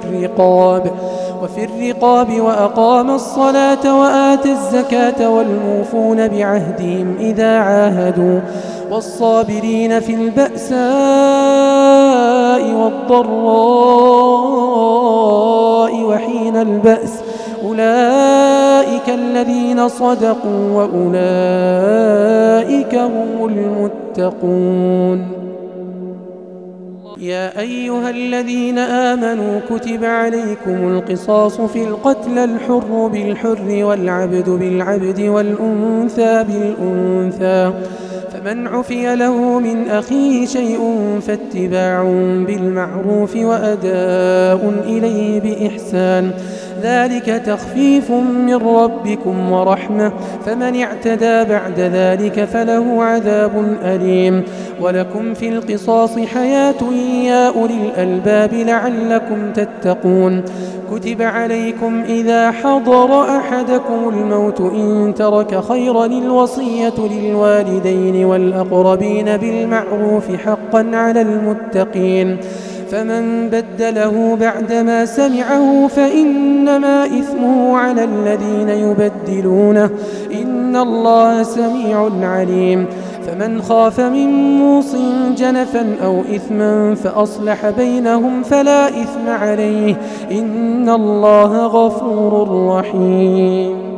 الرقاب وأقام الصلاة وآتى الزكاة والموفون بعهدهم إذا عاهدوا والصابرين في البأساء والضراء وحين البأس أولئك الذين صدقوا وأولئك هم المتقون. يا أيها الذين آمنوا كتب عليكم القصاص في القتل الحر بالحر والعبد بالعبد والأنثى بالأنثى فمن عفي له من أخيه شيء فاتباع بالمعروف وأداء إليه بإحسان ذلك تخفيف من ربكم ورحمة فمن اعتدى بعد ذلك فله عذاب أليم. ولكم في القصاص حياة يا أولي الألباب لعلكم تتقون. كتب عليكم إذا حضر أحدكم الموت إن ترك خيرا الوصية للوالدين والأقربين بالمعروف حقا على المتقين فمن بدله بعدما سمعه فإنما إثمه على الذين يبدلونه إن الله سميع عليم. فمن خاف من موص جنفا أو إثما فأصلح بينهم فلا إثم عليه إن الله غفور رحيم.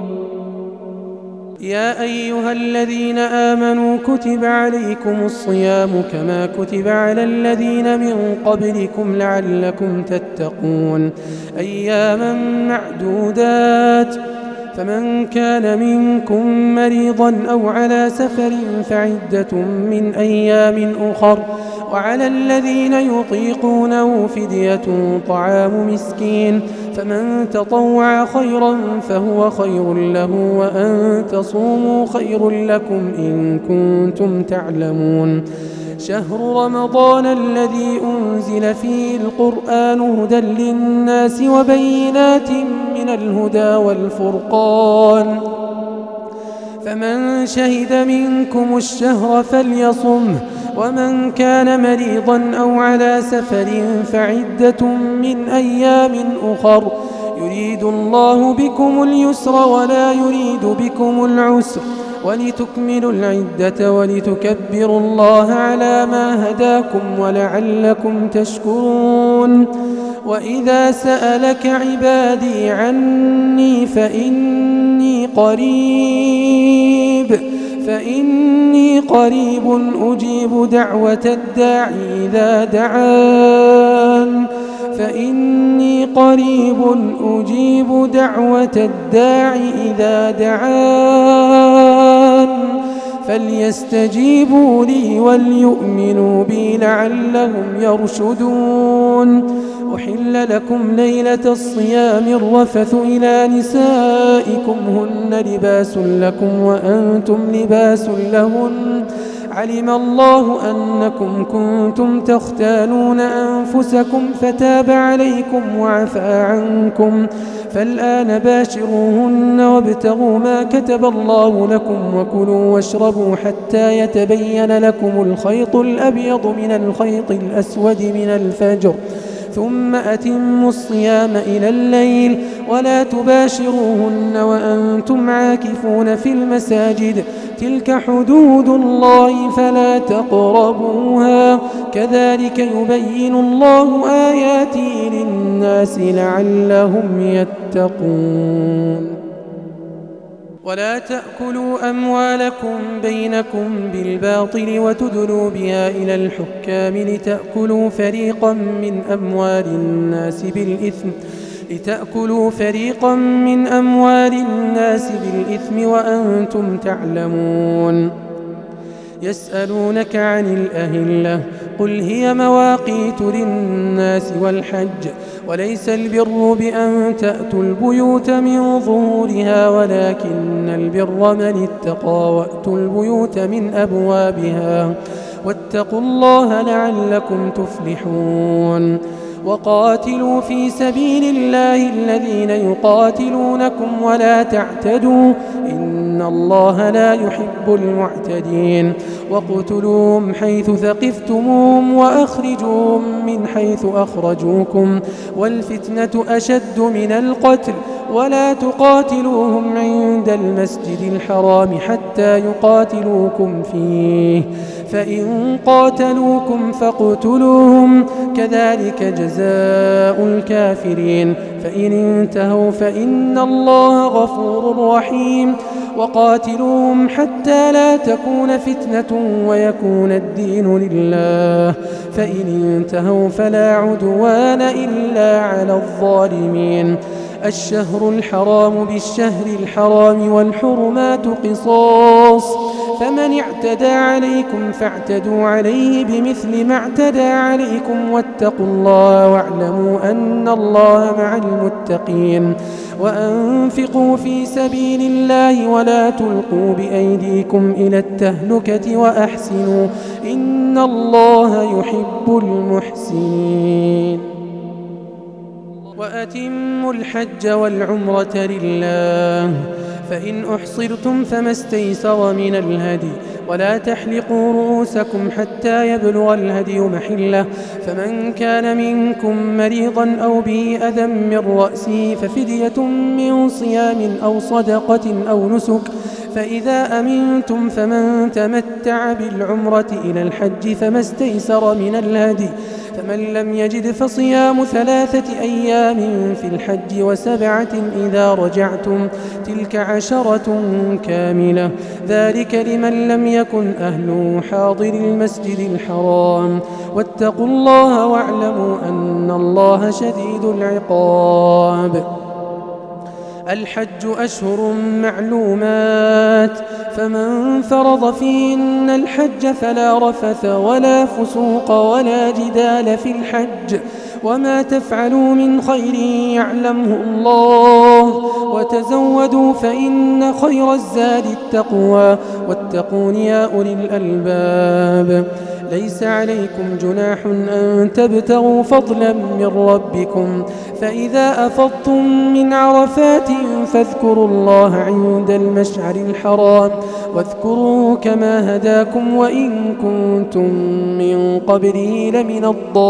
يا أيها الذين آمنوا كتب عليكم الصيام كما كتب على الذين من قبلكم لعلكم تتقون أياما معدودات فمن كان منكم مريضا أو على سفر فعدة من أيام أخر وعلى الذين يطيقونه فدية طعام مسكين فمن تطوع خيرا فهو خير له وأن تصوموا خير لكم إن كنتم تعلمون. شهر رمضان الذي أنزل فيه القرآن هدى للناس وبينات من الهدى والفرقان فمن شهد منكم الشهر فليصمه ومن كان مريضا أو على سفر فعدة من أيام أخر يريد الله بكم اليسر ولا يريد بكم العسر ولتكملوا العدة ولتكبروا الله على ما هداكم ولعلكم تشكرون. وإذا سألك عبادي عني فإني قريب أجيب دعوة الداعي إذا دعان فليستجيبوا لي وليؤمنوا بي لعلهم يرشدون. أحل لكم ليلة الصيام الرفث إلى نسائكم هن لباس لكم وأنتم لباس لهن علم الله أنكم كنتم تختانون أنفسكم فتاب عليكم وعفى عنكم، فالآن باشروهن وابتغوا ما كتب الله لكم وكلوا واشربوا حتى يتبين لكم الخيط الأبيض من الخيط الأسود من الفجر، ثم أتموا الصيام إلى الليل ولا تباشروهن وأنتم عاكفون في المساجد، تلك حدود الله فلا تقربوها، كذلك يبين الله آياته للناس لعلهم يتقون. ولا تأكلوا أموالكم بينكم بالباطل وتدلوا بها إلى الحكام لتأكلوا فريقا من أموال الناس بالإثم وأنتم تعلمون. يسألونك عن الأهلة قل هي مواقيت للناس والحج، وليس البر بأن تأتوا البيوت من ظهورها ولكن البر من اتقى وأتوا البيوت من أبوابها واتقوا الله لعلكم تفلحون. وقاتلوا في سبيل الله الذين يقاتلونكم ولا تعتدوا إن الله لا يحب المعتدين. وقتلوهم حيث ثقفتموهم وأخرجوهم من حيث أخرجوكم والفتنة أشد من القتل ولا تقاتلوهم عند المسجد الحرام حتى يقاتلوكم فيه، فإن قاتلوكم فاقتلوهم كذلك جزاء الكافرين، فإن انتهوا فإن الله غفور رحيم. وقاتلوهم حتى لا تكون فتنة ويكون الدين لله، فإن انتهوا فلا عدوان إلا على الظالمين. الشهر الحرام بالشهر الحرام والحرمات قصاص، فمن اعتدى عليكم فاعتدوا عليه بمثل ما اعتدى عليكم واتقوا الله واعلموا أن الله مع المتقين. وأنفقوا في سبيل الله ولا تلقوا بأيديكم إلى التهلكة وأحسنوا إن الله يحب المحسنين. وأتموا الحج والعمرة لله، فإن أحصرتم فما استيسر من الهدي، ولا تحلقوا رؤوسكم حتى يبلغ الهدي محله، فمن كان منكم مريضا أو به أذى من رأسه ففدية من صيام أو صدقة أو نسك، فإذا أمنتم فمن تمتع بالعمرة إلى الحج فما استيسر من الهدي، فمن لم يجد فصيام 3 أيام في الحج و7 إذا رجعتم، تلك 10 كاملة، ذلك لمن لم يكن أهله حاضر المسجد الحرام. واتقوا الله واعلموا أن الله شديد العقاب. الحج أشهر معلومات، فمن فرض فيهن الحج فلا رفث ولا فسوق ولا جدال في الحج، وما تفعلوا من خير يعلمه الله، وتزودوا فإن خير الزاد التقوى، واتقون يا أولي الألباب. ليس عليكم جناح أن تبتغوا فضلا من ربكم، فإذا أفضتم من عرفات فاذكروا الله عند المشعر الحرام، واذكروه كما هداكم وإن كنتم من قبله لمن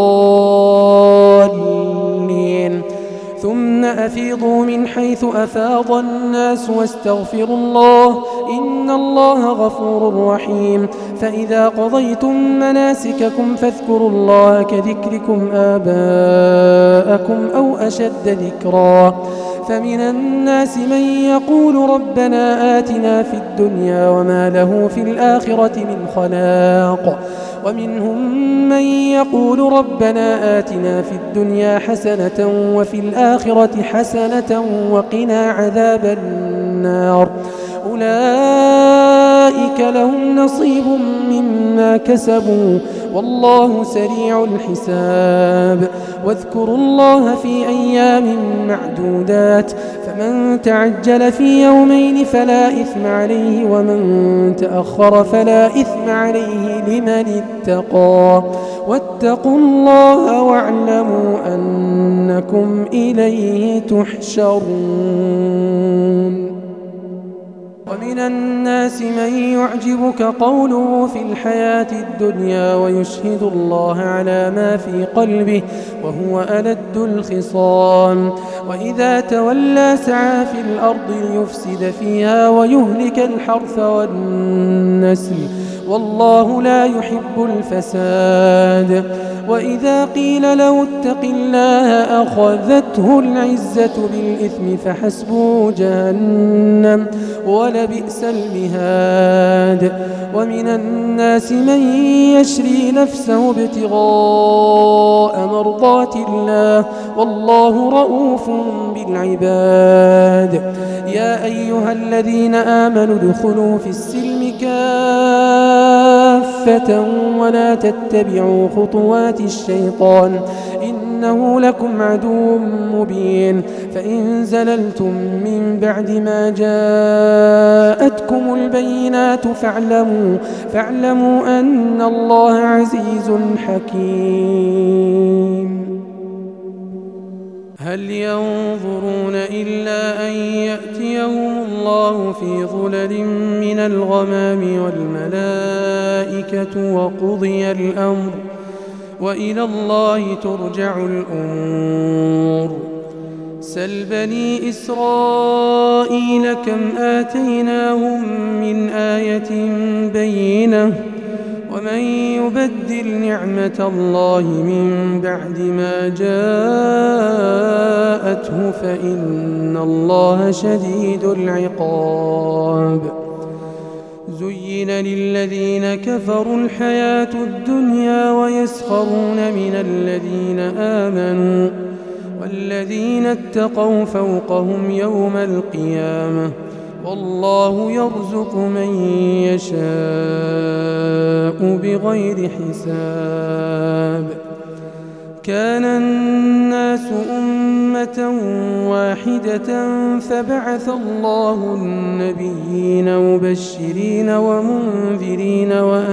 الضالين. ثم أفيضوا من حيث أفاض الناس واستغفروا الله إن الله غفور رحيم. فإذا قضيتم مناسككم فاذكروا الله كذكركم آباءكم أو أشد ذكرا. فمن الناس من يقول ربنا آتنا في الدنيا وما له في الآخرة من خلاق، ومنهم من يقول ربنا آتنا في الدنيا حسنة وفي الآخرة حسنة وقنا عذاب النار. أولئك لهم نصيب مما كسبوا والله سريع الحساب. واذكروا الله في أيام معدودات، فمن تعجل في يومين فلا إثم عليه، ومن تأخر فلا إثم عليه لمن اتقى. واتقوا الله واعلموا أنكم إليه تحشرون. ومن الناس من يعجبك قوله في الحياة الدنيا ويشهد الله على ما في قلبه وهو ألد الخصام، وإذا تولى سعى في الأرض ليفسد فيها ويهلك الحرث والنسل، والله لا يحب الفساد. وإذا قيل له اتق الله أخذته العزة بالإثم فحسبه جهنم ولبئس المهاد. ومن الناس من يشري نفسه ابتغاء مرضات الله، والله رؤوف بالعباد. يا أيها الذين آمنوا ادخلوا في السلم كافة ولا تتبعوا خطوات الشيطان إنه لكم عدو مبين. فإن زللتم من بعد ما جاءتكم البينات فاعلموا أن الله عزيز حكيم. هل ينظرون إلا أن يأتيهم الله في ظلل من الغمام والملائكة وقضي الأمر وإلى الله ترجع الأمور. سل بني إسرائيل كم آتيناهم من آية بينة ومن يبدل نعمة الله من بعد ما جاءته فإن الله شديد العقاب. زين للذين كفروا الحياة الدنيا ويسخرون من الذين آمنوا والذين اتقوا فوقهم يوم القيامة والله يرزق من يشاء بغير حساب. كان الناس أمة واحدة فبعث الله النبيين مبشرين ومنذرين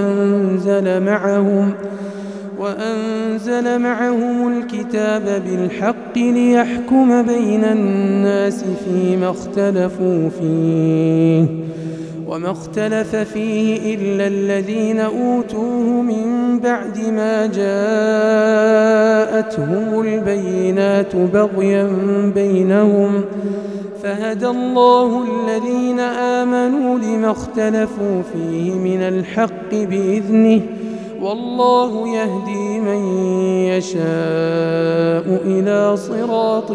وأنزل معهم الكتاب بالحق ليحكم بين الناس فيما اختلفوا فيه وما اختلف فيه إلا الذين أوتوه من بعد ما جاءتهم البينات بغيا بينهم فهدى الله الذين آمنوا لما اختلفوا فيه من الحق بإذنه والله يهدي من يشاء إلى صراط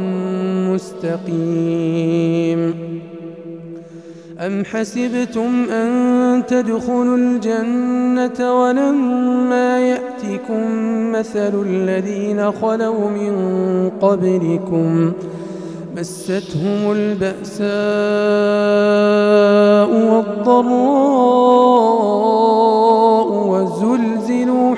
مستقيم. أم حسبتم أن تدخلوا الجنة ولما يأتكم مثل الذين خلوا من قبلكم مستهم البأساء والضراء وزلزلوا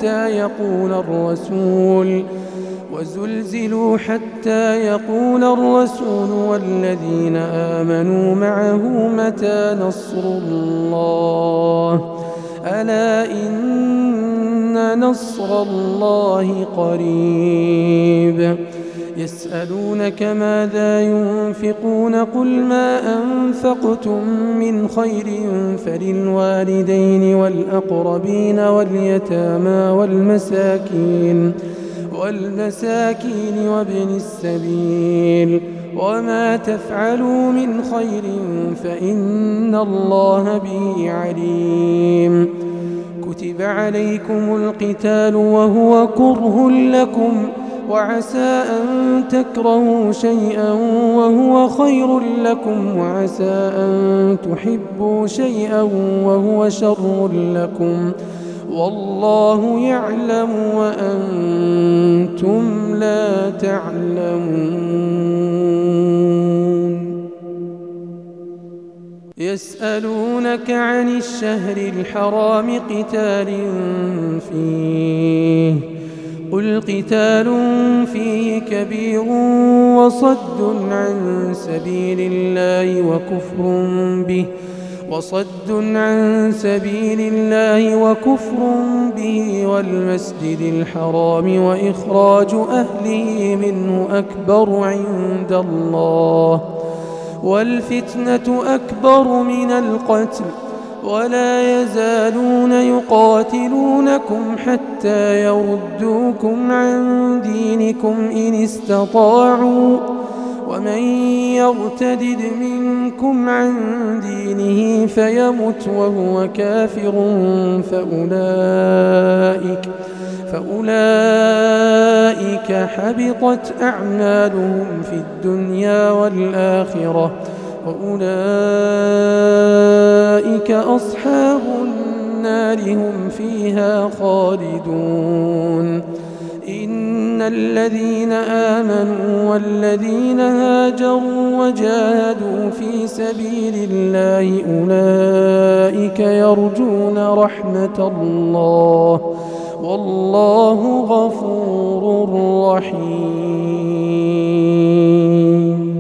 حتى يقول الرسول والذين آمنوا معه متى نصر الله ألا إن نصر الله قريب. يسألونك ماذا ينفقون قل ما أنفقتم من خير فللوالدين والأقربين واليتامى والمساكين وابن السبيل وما تفعلوا من خير فإن الله به عليم. كتب عليكم القتال وهو كره لكم وعسى أن تكرهوا شيئا وهو خير لكم وعسى أن تحبوا شيئا وهو شر لكم والله يعلم وأنتم لا تعلمون. يسألونك عن الشهر الحرام قتال فيه قل قتال فيه كبير وصد عن سبيل الله وكفر به والمسجد الحرام وإخراج أهله منه أكبر عند الله والفتنة أكبر من القتل ولا يزالون يقاتلونكم حتى يردوكم عن دينكم إن استطاعوا ومن يرتدد منكم عن دينه فيمت وهو كافر فأولئك حبطت أعمالهم في الدنيا والآخرة وأولئك أصحاب النار هم فيها خالدون إن الذين آمنوا والذين هاجروا وجاهدوا في سبيل الله أولئك يرجون رحمة الله والله غفور رحيم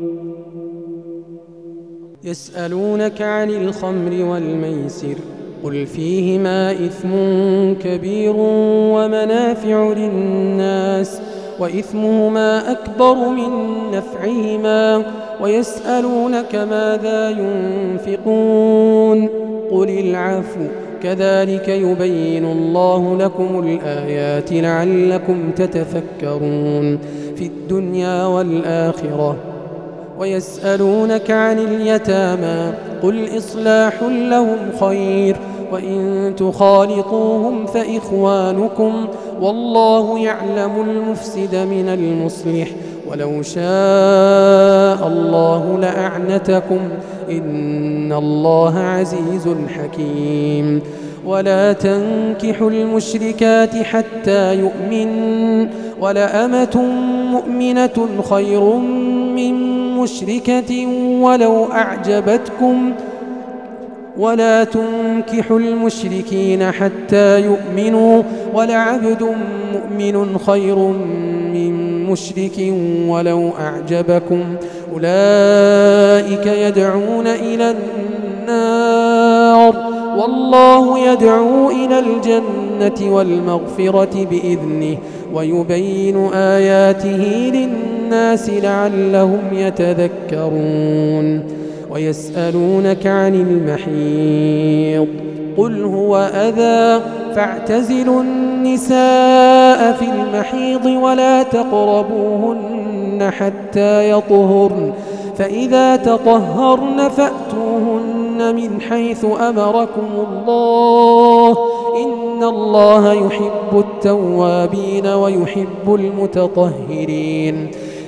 يسألونك عن الخمر والميسر قل فيهما إثم كبير ومنافع للناس وإثمهما أكبر من نفعهما ويسألونك ماذا ينفقون قل العفو كذلك يبين الله لكم الآيات لعلكم تتفكرون في الدنيا والآخرة ويسألونك عن اليتامى قل إصلاح لهم خير وإن تخالطوهم فإخوانكم والله يعلم المفسد من المصلح ولو شاء الله لأعنتكم إن الله عزيز حكيم ولا تنكحوا المشركات حتى يؤمن ولأمة مؤمنة خير من مشركة ولو أعجبتكم ولا تنكحوا المشركين حتى يؤمنوا ولعبد مؤمن خير من مشرك ولو أعجبكم أولئك يدعون إلى النار والله يدعو إلى الجنة والمغفرة بإذنه ويبين آياته للناس لعلهم يتذكرون ويسألونك عن المحيض قل هو أذى فاعتزلوا النساء في المحيض ولا تقربوهن حتى يطهرن فإذا تطهرن فأتوهن من حيث أمركم الله إن الله يحب التوابين ويحب المتطهرين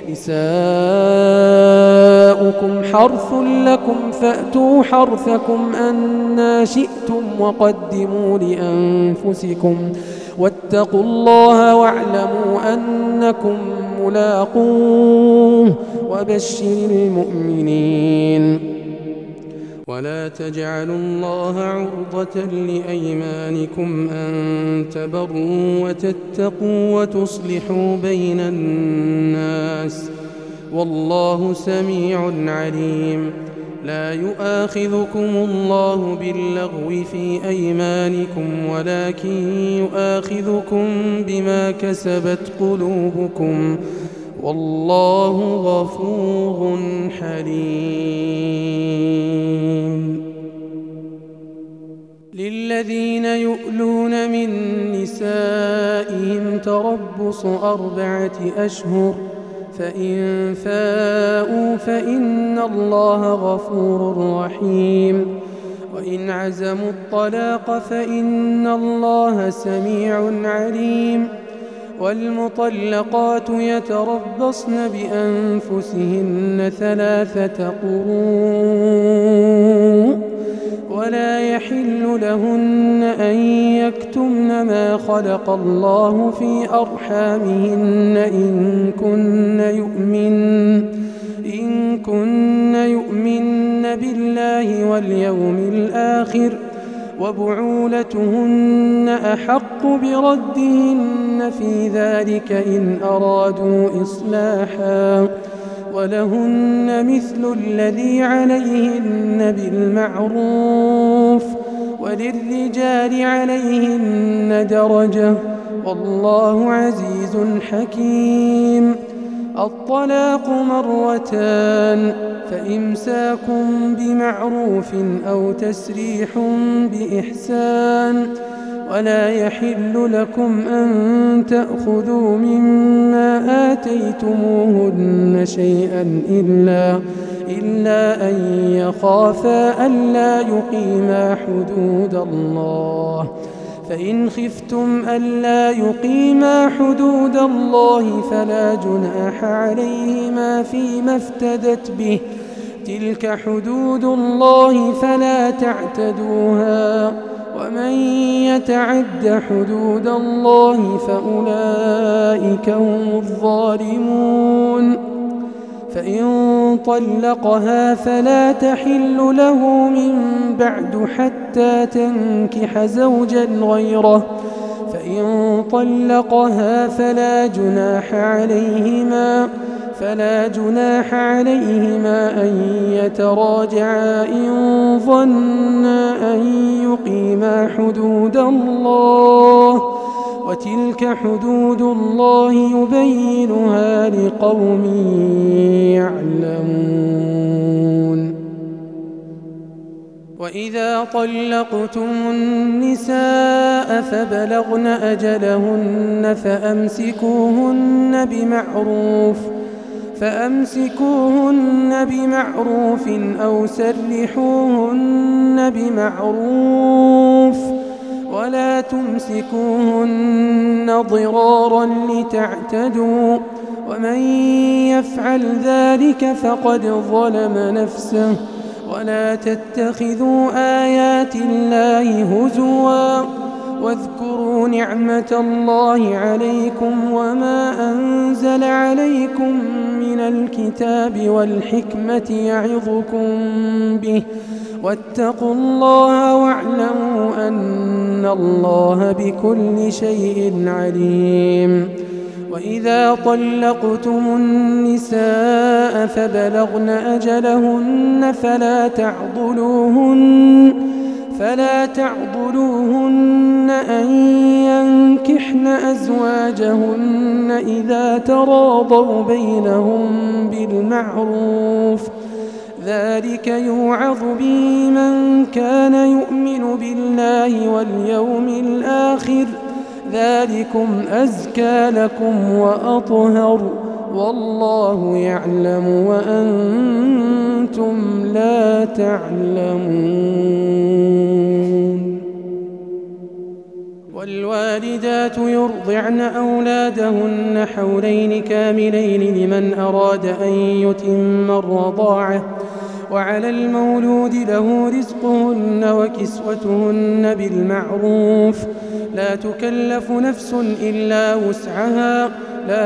نساؤكم حرث لكم فأتوا حرثكم أنى شئتم وقدموا لأنفسكم واتقوا الله واعلموا أنكم ملاقوه وبشر المؤمنين ولا تجعلوا الله عرضة لأيمانكم أن تبروا وتتقوا وتصلحوا بين الناس والله سميع عليم لا يؤاخذكم الله باللغو في أيمانكم ولكن يؤاخذكم بما كسبت قلوبكم والله غفور حليم للذين يؤلون من نسائهم تربص 4 أشهر فإن فاءوا فإن الله غفور رحيم وإن عزموا الطلاق فإن الله سميع عليم والمطلقات يتربصن بأنفسهن 3 قروء ولا يحل لهن أن يكتمن ما خلق الله في أرحامهن إن كن يؤمن بالله واليوم الآخر، وبعولتهن أحق بردهن في ذلك إن أرادوا إصلاحا، ولهن مثل الذي عليهن بالمعروف، وللرجال عليهن درجة، والله عزيز حكيم. الطلاق مرتان، فإمساك بمعروف أو تسريح بإحسان، ولا يحل لكم أن تأخذوا مما آتيتموهن شيئا إلا أن يخافا ألا يقيما حدود الله، فإن خفتم ألا يقيما حدود الله فلا جناح عليهما فيما افتدت به، تلك حدود الله فلا تعتدوها، ومن يتعد حدود الله فأولئك هم الظالمون. فإن طلقها فلا تحل له من بعد حتى تنكح زوجا غيره، فإن طلقها فلا جناح عليهما أن يتراجعا إن ظنا أن يقيما حدود الله، وتلك حدود الله يبينها لقوم يعلمون. وإذا طلقتم النساء فبلغن أجلهن فأمسكوهن بمعروف أو سرحوهن بمعروف، ولا تمسكوهن ضرارا لتعتدوا، ومن يفعل ذلك فقد ظلم نفسه. ولا تتخذوا آيات الله هزوا، واذكروا نعمة الله عليكم وما أنزل عليكم من الكتاب والحكمة يعظكم به، واتقوا الله واعلموا أن الله بكل شيء عليم. وإذا طلقتم النساء فبلغن أجلهن فلا تعضلوهن أن ينكحن أزواجهن إذا تراضوا بينهم بالمعروف، ذلك يوعظ به من كان يؤمن بالله واليوم الآخر، ذلكم أزكى لكم وأطهر، والله يعلم وأنتم لا تعلمون. والوالدات يرضعن أولادهن حولين كاملين لمن أراد أن يتم الرضاعة، وعلى المولود له رزقهن وكسوتهن بالمعروف، لا تكلف نفس إلا وسعها، لا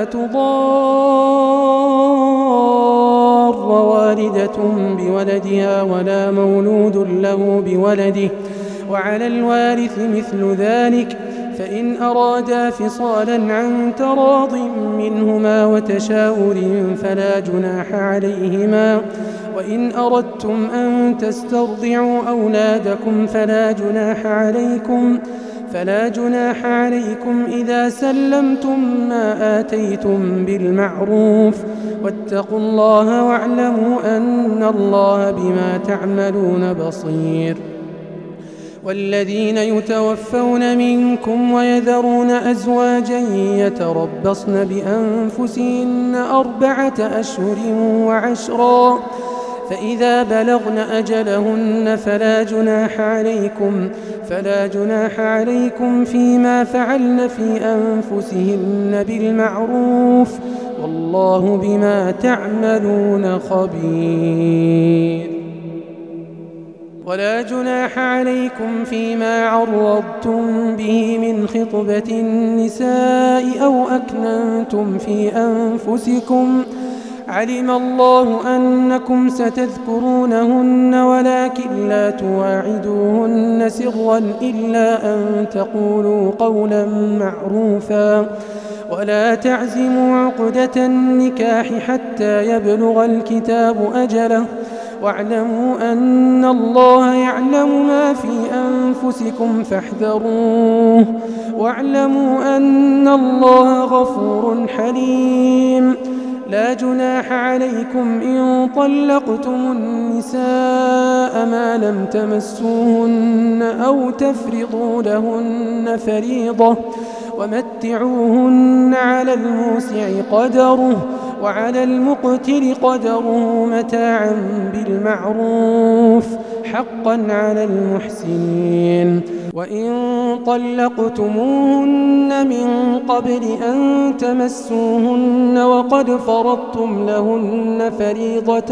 تضار والدة بولدها ولا مولود له بولده، وعلى الوارث مثل ذلك، فإن أرادا فصالا عن تراض منهما وتشاور فلا جناح عليهما، وإن أردتم أن تسترضعوا أولادكم فلا جناح عليكم إذا سلمتم ما آتيتم بالمعروف، واتقوا الله واعلموا أن الله بما تعملون بصير. والذين يتوفون منكم ويذرون أزواجا يتربصن بأنفسهن 4 أشهر وعشرا، فإذا بلغن أجلهن فلا جناح عليكم فيما فعلن في أنفسهن بالمعروف، والله بما تعملون خبير. ولا جناح عليكم فيما عرضتم به من خطبة النساء أو أكننتم في أنفسكم علم الله أنكم ستذكرونهن ولكن لا تواعدوهن سرا إلا أن تقولوا قولا معروفا ولا تعزموا عقدة النكاح حتى يبلغ الكتاب أجله واعلموا أن الله يعلم ما في أنفسكم فاحذروه واعلموا أن الله غفور حليم لا جناح عليكم إن طلقتم النساء ما لم تمسوهن أو تفرضوا لهن فريضة ومتعوهن على الموسع قدره وعلى المقتر قدره متاعا بالمعروف حقا على المحسنين وإن طلقتموهن من قبل أن تمسوهن وقد فرضتم لهن فريضة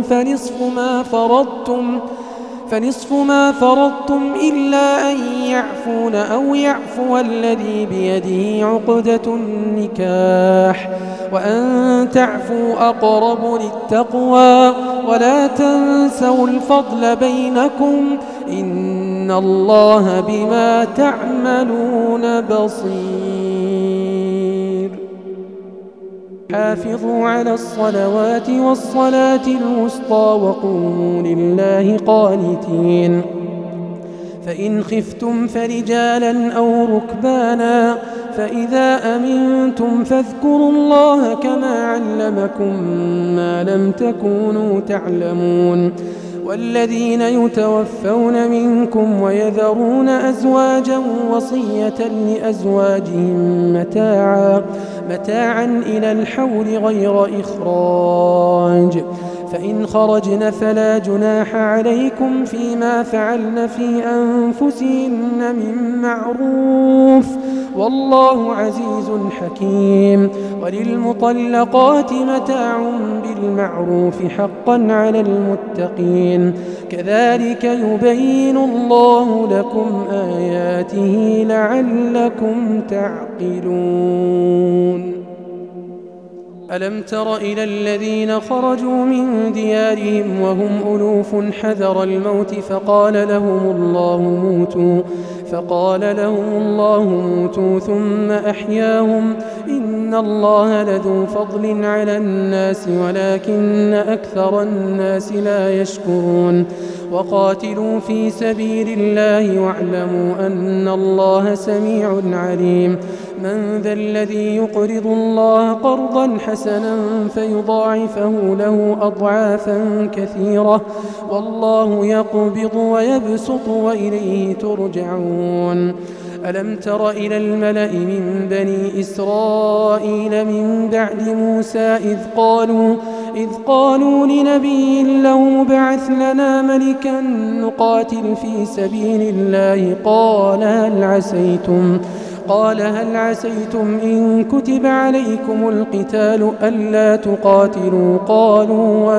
فنصف ما فرضتم إلا أن يعفون أو يعفو الذي بيده عقدة النكاح وأن تعفوا أقرب للتقوى ولا تنسوا الفضل بينكم إن الله بما تعملون بصير حافظوا على الصلوات والصلاة الوسطى وقوموا لله قانتين فإن خفتم فرجالا أو ركبانا فإذا أمنتم فاذكروا الله كما علمكم ما لم تكونوا تعلمون والذين يتوفون منكم ويذرون أزواجا وصية لأزواجهم متاعا إلى الحول غير إخراج فإن خرجن فلا جناح عليكم فيما فعلن في أنفسهن من معروف والله عزيز حكيم وللمطلقات متاع بالمعروف حقا على المتقين كذلك يبين الله لكم آياته لعلكم تعقلون ألم تر إلى الذين خرجوا من ديارهم وهم ألوف حذر الموت فقال لهم الله موتوا ثم أحياهم إن الله لذو فضل على الناس ولكن أكثر الناس لا يشكرون وقاتلوا في سبيل الله واعلموا أن الله سميع عليم من ذا الذي يقرض الله قرضا حسنا فيضاعفه له أضعافا كثيرة والله يقبض ويبسط وإليه ترجعون ألم تر إلى الملأ من بني إسرائيل من بعد موسى إذ قالوا لنبي له ابعث لنا ملكا نقاتل في سبيل الله قال هل عسيتم إن كتب عليكم القتال ألا تقاتلوا قالوا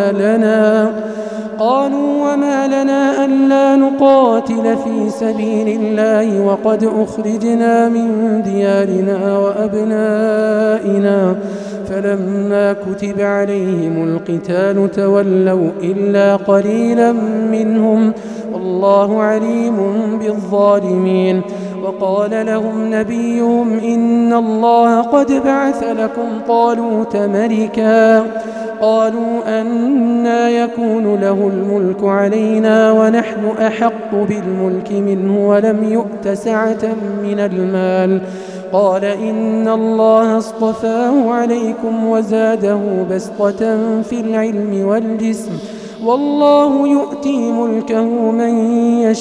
وما لنا ألا نقاتل في سبيل الله وقد أخرجنا من ديارنا وأبنائنا فلما كتب عليهم القتال تولوا إلا قليلا منهم والله عليم بالظالمين وقال لهم نبيهم إن الله قد بعث لكم طالوت ملكا قالوا أنى يكون له الملك علينا ونحن أحق بالملك منه ولم يؤت سعة من المال قال إن الله اصطفاه عليكم وزاده بسطة في العلم والجسم والله يؤتي ملكه من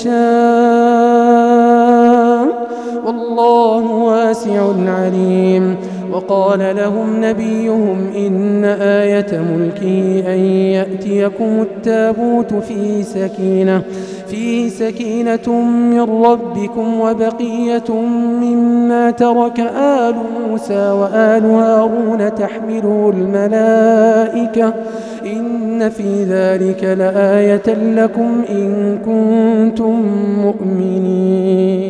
يشاء والله واسع عليم وقال لهم نبيهم إن آية ملكه أن يأتيكم التابوت فيه سكينة من ربكم وبقية مما ترك آل موسى وآل هارون تحمله الملائكة إن في ذلك لآية لكم إن كنتم مؤمنين.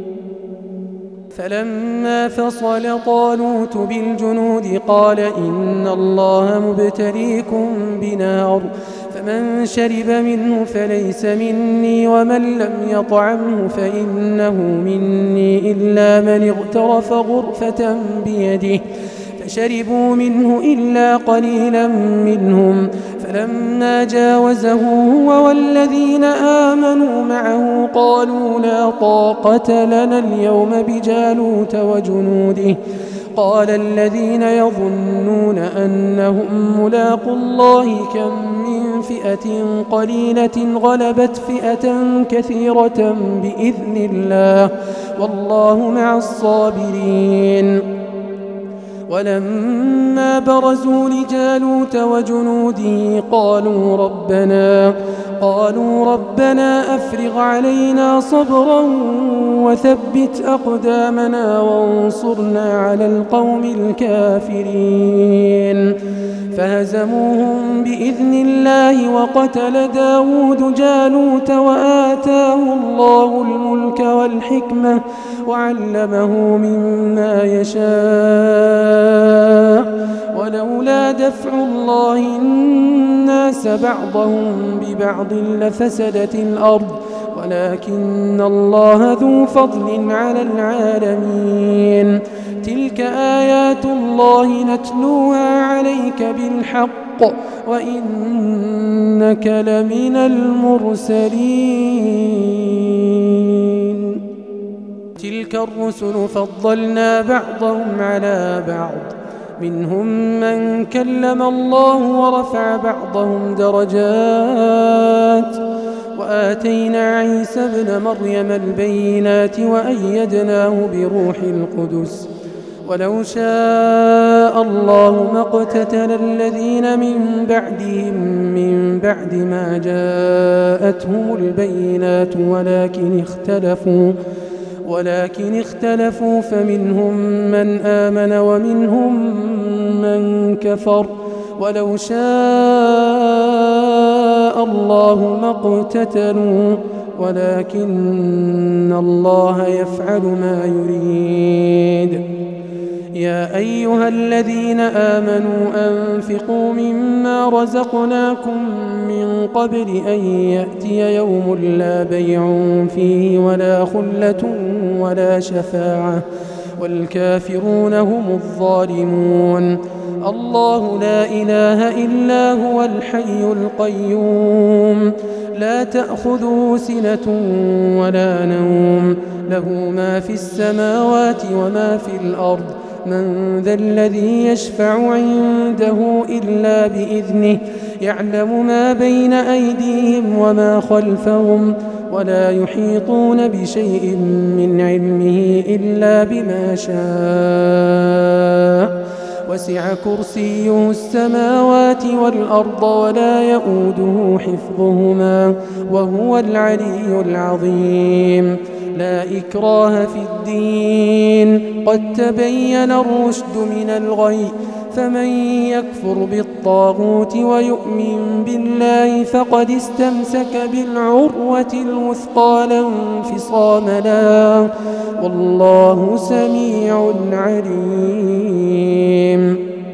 فلما فصل طالوت بالجنود قال إن الله مبتليكم بنار فمن شرب منه فليس مني ومن لم يطعمه فإنه مني إلا من اغترف غرفة بيده فشربوا منه إلا قليلا منهم فلما جاوزه هو والذين آمنوا معه قالوا لا طاقة لنا اليوم بجالوت وجنوده قال الذين يظنون أنهم ملاقوا الله كم من فئة قليلة غلبت فئة كثيرة بإذن الله والله مع الصابرين. ولما برزوا لجالوت وجنوده قالوا ربنا أفرغ علينا صبرا وثبت أقدامنا وانصرنا على القوم الكافرين فهزموهم بإذن الله وقتل داود جالوت وآتاه الله الملك والحكمة وعلمه مما يشاء ولولا دفع الله الناس بعضهم ببعض لفسدت الأرض ولكن الله ذو فضل على العالمين. تلك آيات الله نتلوها عليك بالحق وإنك لمن المرسلين. تلك الرسل فضلنا بعضهم على بعض منهم من كلم الله ورفع بعضهم درجات وآتينا عيسى ابن مريم البينات وأيدناه بروح القدس ولو شاء الله ما اقتتل الذين من بعدهم من بعد ما جاءتهم البينات ولكن اختلفوا فمنهم من آمن ومنهم من كفر ولو شاء الله ما اقتتلوا ولكن الله يفعل ما يريد. يا أيها الذين آمنوا أنفقوا مما رزقناكم من قبل أن يأتي يوم لا بيع فيه ولا خلة ولا شفاعة والكافرون هم الظالمون. الله لا إله إلا هو الحي القيوم لا تأخذه سنة ولا نوم له ما في السماوات وما في الأرض من ذا الذي يشفع عنده إلا بإذنه يعلم ما بين أيديهم وما خلفهم ولا يحيطون بشيء من علمه إلا بما شاء وسع كرسيه السماوات والأرض ولا يؤوده حفظهما وهو العلي العظيم. لا إكراه في الدين قد تبين الرشد من الغي فمن يكفر بالطاغوت ويؤمن بالله فقد استمسك بالعروة الوثقى لا انفصام لها والله سميع عليم.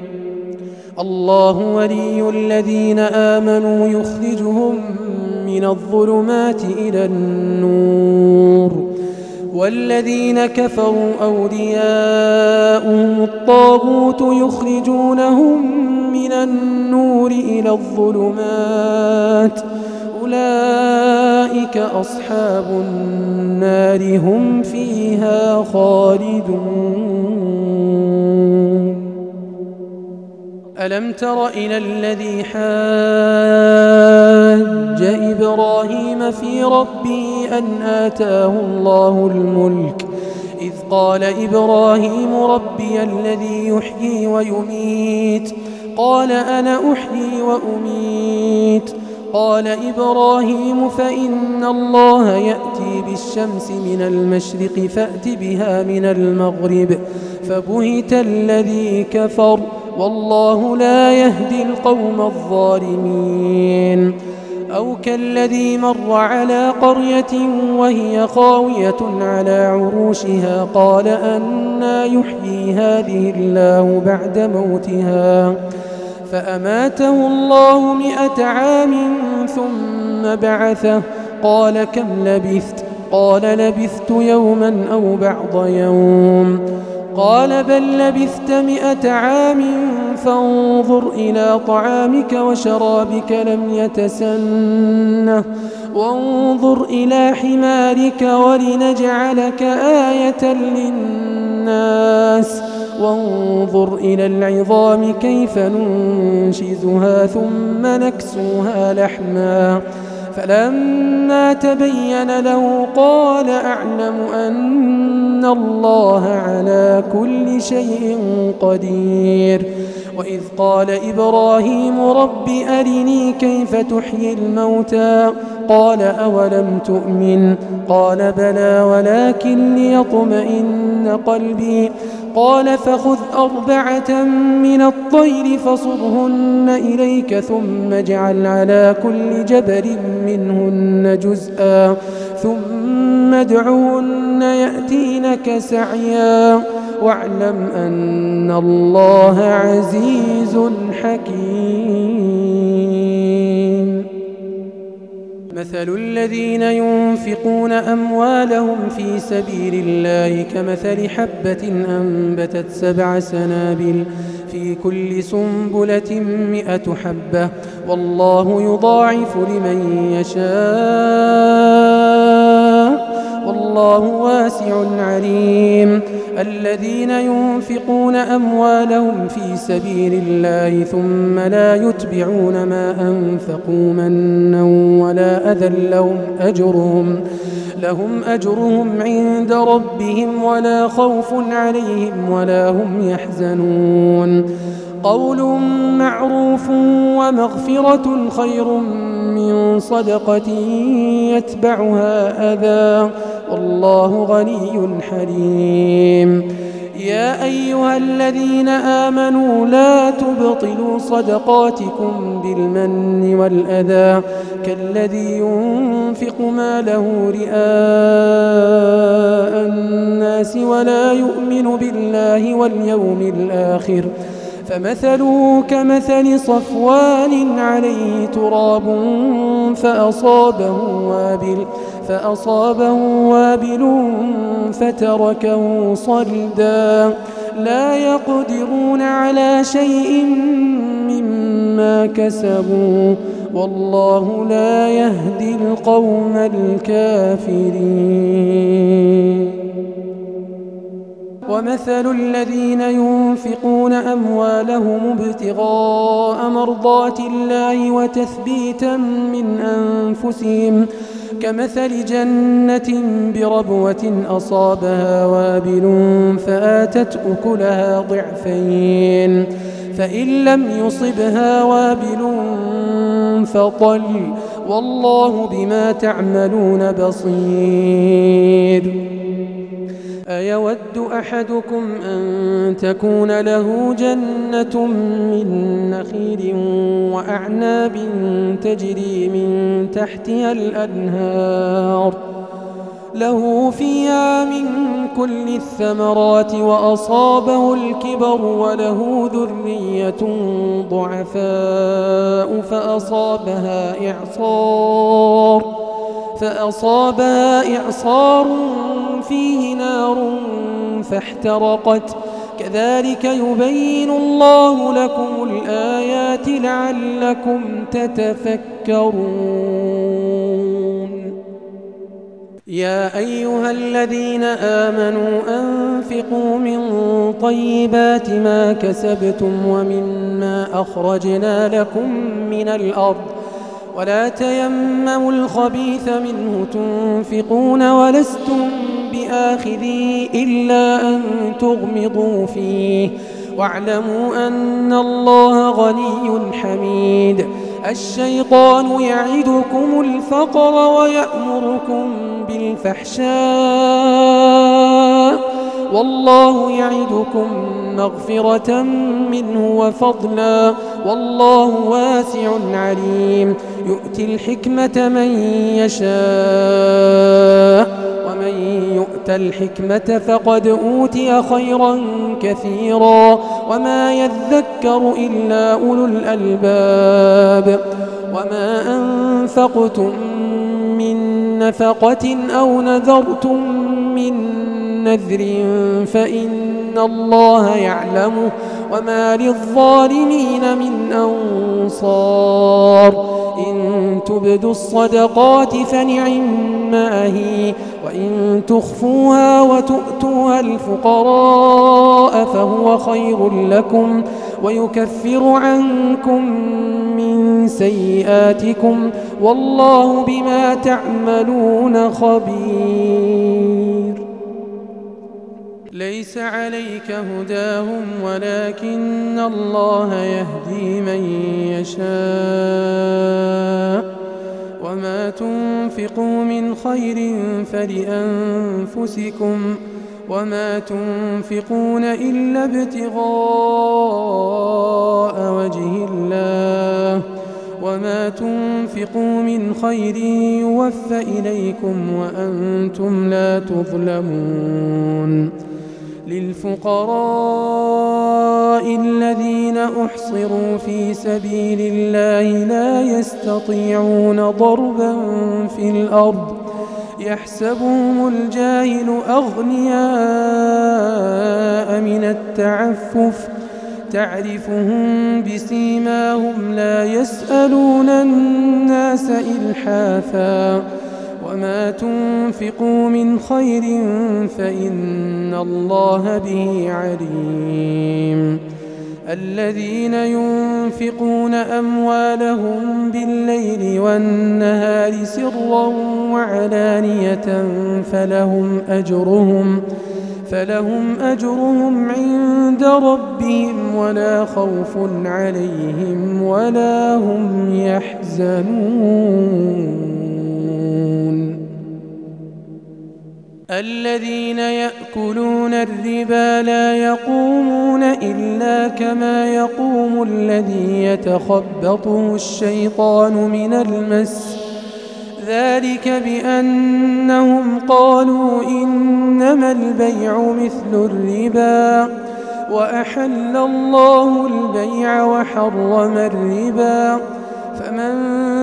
الله ولي الذين آمنوا يخرجهم من الظلمات إلى النور والذين كفروا أولياؤهم الطاغوت يخرجونهم من النور إلى الظلمات أولئك أصحاب النار هم فيها خالدون. ألم تر إلى الذي حاج إبراهيم في ربه أن آتاه الله الملك إذ قال إبراهيم ربي الذي يحيي ويميت قال أنا أحيي وأميت قال إبراهيم فإن الله يأتي بالشمس من المشرق فأت بها من المغرب فبهت الذي كفر والله لا يهدي القوم الظالمين. أو كالذي مر على قرية وهي خاوية على عروشها قال أنى يحيي هذه الله بعد موتها فأماته الله 100 عام ثم بعثه قال كم لبثت؟ قال لبثت يوما أو بعض يوم قال بل لبثت 100 عام فانظر إلى طعامك وشرابك لم يتسنه وانظر إلى حمارك ولنجعلك آية للناس وانظر إلى العظام كيف ننشزها ثم نكسوها لحما فلما تبين له قال أعلم أن الله على كل شيء قدير. وإذ قال إبراهيم رب أرني كيف تحيي الموتى قال أولم تؤمن قال بلى ولكن ليطمئن قلبي قال فخذ 4 من الطير فصرهن إليك ثم اجعل على كل جبل منهن جزءا ثم ادعهن يأتينك سعيا واعلم أن الله عزيز حكيم. مثل الذين ينفقون أموالهم في سبيل الله كمثل حبة أنبتت 7 سنابل في كل سنبلة 100 حبة والله يضاعف لمن يشاء والله واسع عليم. الذين ينفقون أموالهم في سبيل الله ثم لا يتبعون ما أنفقوا منا ولا أذى لهم أجرهم عند ربهم ولا خوف عليهم ولا هم يحزنون. قول معروف ومغفرة خير من صدقة يتبعها أذى والله غني حليم. يا أيها الذين آمنوا لا تبطلوا صدقاتكم بالمن والأذى كالذي ينفق ماله رئاء الناس ولا يؤمن بالله واليوم الآخر فمثله كمثل صفوان عليه تراب فأصابه وابل فتركه صلدا لا يقدرون على شيء مما كسبوا والله لا يهدي القوم الكافرين. ومثل الذين ينفقون أموالهم ابتغاء مرضات الله وتثبيتا من أنفسهم كمثل جنة بربوة أصابها وابل فآتت أكلها ضعفين فإن لم يصبها وابل فطل والله بما تعملون بصير. أيود أحدكم أن تكون له جنة من نخيل وأعناب تجري من تحتها الأنهار له فيها من كل الثمرات وأصابه الكبر وله ذرية ضعفاء فأصابها إعصار فيه نار فاحترقت كذلك يبين الله لكم الآيات لعلكم تتفكرون. يا أيها الذين آمنوا أنفقوا من طيبات ما كسبتم ومما أخرجنا لكم من الأرض ولا تيمموا الخبيث منه تنفقون ولستم بآخذيه إلا أن تغمضوا فيه واعلموا أن الله غني حميد. الشيطان يعدكم الفقر ويأمركم بالفحشاء والله يعدكم مغفرة منه وفضلا والله واسع عليم. يؤتي الحكمة من يشاء ومن يؤت الحكمة فقد أوتي خيرا كثيرا وما يذكر إلا أولو الألباب. وما أنفقتم من نفقة أو نذرتم من نذر فإن الله يعلمه وما للظالمين من أنصار. إن تبدوا الصدقات فنعما هي وإن تخفوها وتؤتوها الفقراء فهو خير لكم ويكفر عنكم من سيئاتكم والله بما تعملون خبير. ليس عليك هداهم ولكن الله يهدي من يشاء وما تنفقوا من خير فلأنفسكم وما تنفقون إلا ابتغاء وجه الله وما تنفقوا من خير يوفى إليكم وأنتم لا تظلمون. للفقراء الذين أحصروا في سبيل الله لا يستطيعون ضربا في الأرض يحسبهم الجاهل أغنياء من التعفف تعرفهم بسيماهم لا يسألون الناس إلحافا وما تنفقوا من خير فإن الله به عليم. الذين ينفقون أموالهم بالليل والنهار سرا وعلانية فلهم أجرهم عند ربهم ولا خوف عليهم ولا هم يحزنون. الذين يأكلون الربا لا يقومون إلا كما يقوم الذي يتخبطه الشيطان من المس ذلك بأنهم قالوا إنما البيع مثل الربا وأحل الله البيع وحرم الربا فمن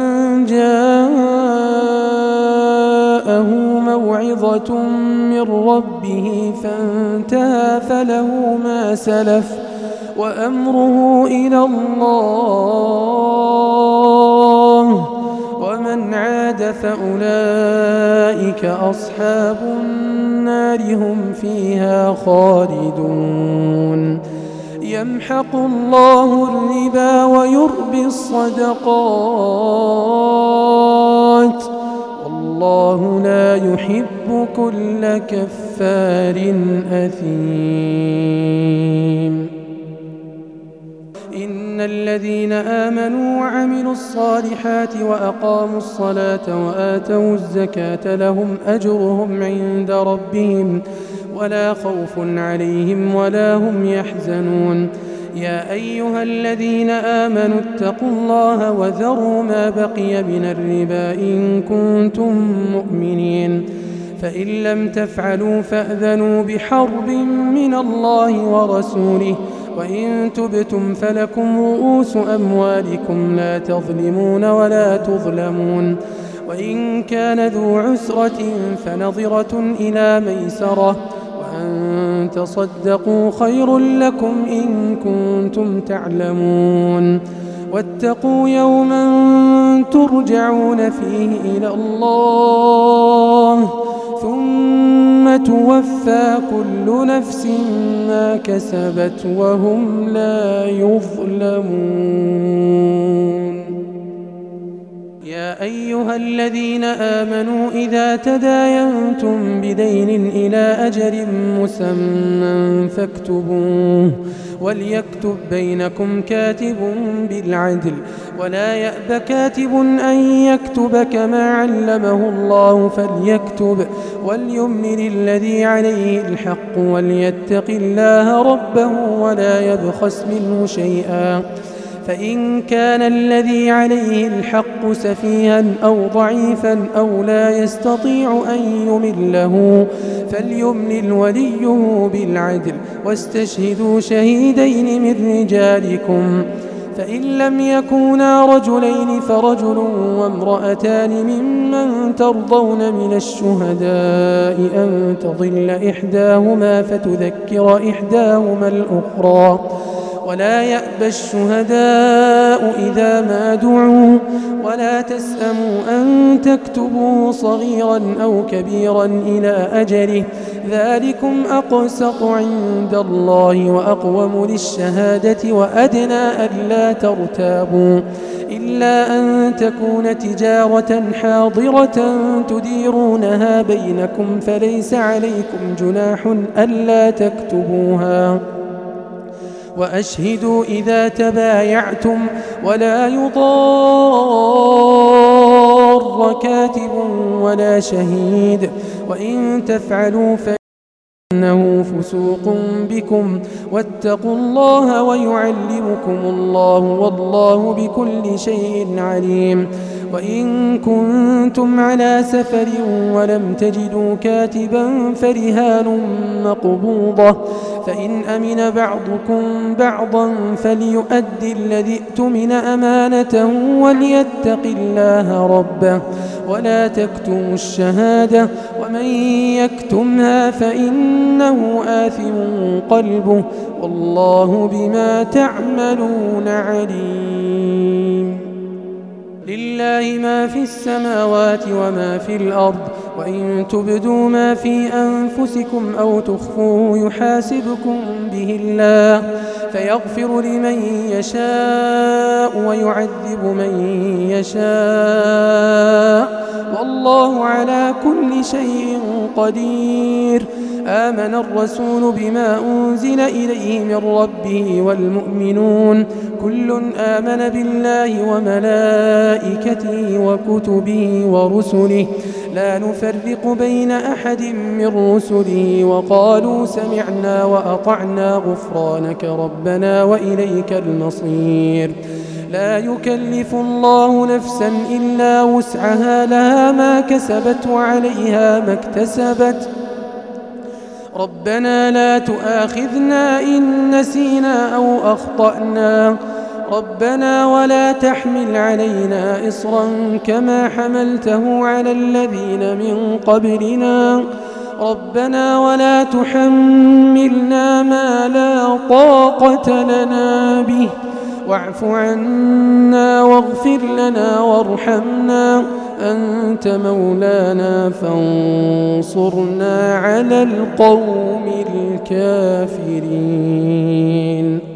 جاءه موعظة من ربه فانتهى فله ما سلف وأمره إلى الله ومن عاد فأولئك أصحاب النار هم فيها خالدون. يمحق الله الربا ويربي الصدقات والله لا يحب كل كفار أثيم. إن الذين آمنوا وعملوا الصالحات وأقاموا الصلاة وآتوا الزكاة لهم أجرهم عند ربهم ولا خوف عليهم ولا هم يحزنون. يا أيها الذين آمنوا اتقوا الله وذروا ما بقي من الربا إن كنتم مؤمنين فإن لم تفعلوا فأذنوا بحرب من الله ورسوله وإن تبتم فلكم رؤوس أموالكم لا تظلمون ولا تظلمون. وإن كان ذو عسرة فنظرة إلى ميسرة وأن تصدقوا خير لكم إن كنتم تعلمون. واتقوا يوما ترجعون فيه إلى الله ثم توفى كل نفس ما كسبت وهم لا يظلمون. يا أيها الذين آمنوا إذا تداينتم بدين إلى أجل مسمى فاكتبوه وليكتب بينكم كاتب بالعدل ولا يأب كاتب أن يكتب كما علمه الله فليكتب وليملل الذي عليه الحق وليتق الله ربه ولا يبخس منه شيئا فإن كان الذي عليه الحق سفيها أو ضعيفا أو لا يستطيع أن يمله فليملل وليه بالعدل واستشهدوا شهيدين من رجالكم فإن لم يكونا رجلين فرجل وامرأتان ممن ترضون من الشهداء أن تضل إحداهما فتذكر إحداهما الأخرى ولا يأبى الشهداء إذا ما دعوا ولا تسأموا أن تكتبوا صغيرا أو كبيرا إلى أجله ذلكم أقسط عند الله وأقوم للشهادة وأدنى ألا ترتابوا إلا أن تكون تجارة حاضرة تديرونها بينكم فليس عليكم جناح ألا تكتبوها وأشهدوا إذا تبايعتم ولا يضار كاتب ولا شهيد وإن تفعلوا فإنه فسوق بكم واتقوا الله ويعلمكم الله والله بكل شيء عليم وإن كنتم على سفر ولم تجدوا كاتبا فرهان مقبوضة فإن أمن بعضكم بعضا فليؤدي الذي اؤتمن أمانته وليتق الله ربه ولا تكتموا الشهادة ومن يكتمها فإنه آثم قلبه والله بما تعملون عليم لله ما في السماوات وما في الأرض وإن تبدوا ما في أنفسكم أو تخفوه يحاسبكم به الله فيغفر لمن يشاء ويعذب من يشاء والله على كل شيء قدير آمن الرسول بما أنزل إليه من ربه والمؤمنون كل آمن بالله وملائكته وكتبه ورسله لا نفرق بين أحد من رسله وقالوا سمعنا وأطعنا غفرانك ربنا وإليك المصير لا يكلف الله نفسا إلا وسعها لها ما كسبت وعليها ما اكتسبت ربنا لا تؤاخذنا إن نسينا أو أخطأنا ربنا ولا تحمل علينا إصرا كما حملته على الذين من قبلنا ربنا ولا تحملنا ما لا طاقة لنا به واعف عنا واغفر لنا وارحمنا أنت مولانا فانصرنا على القوم الكافرين.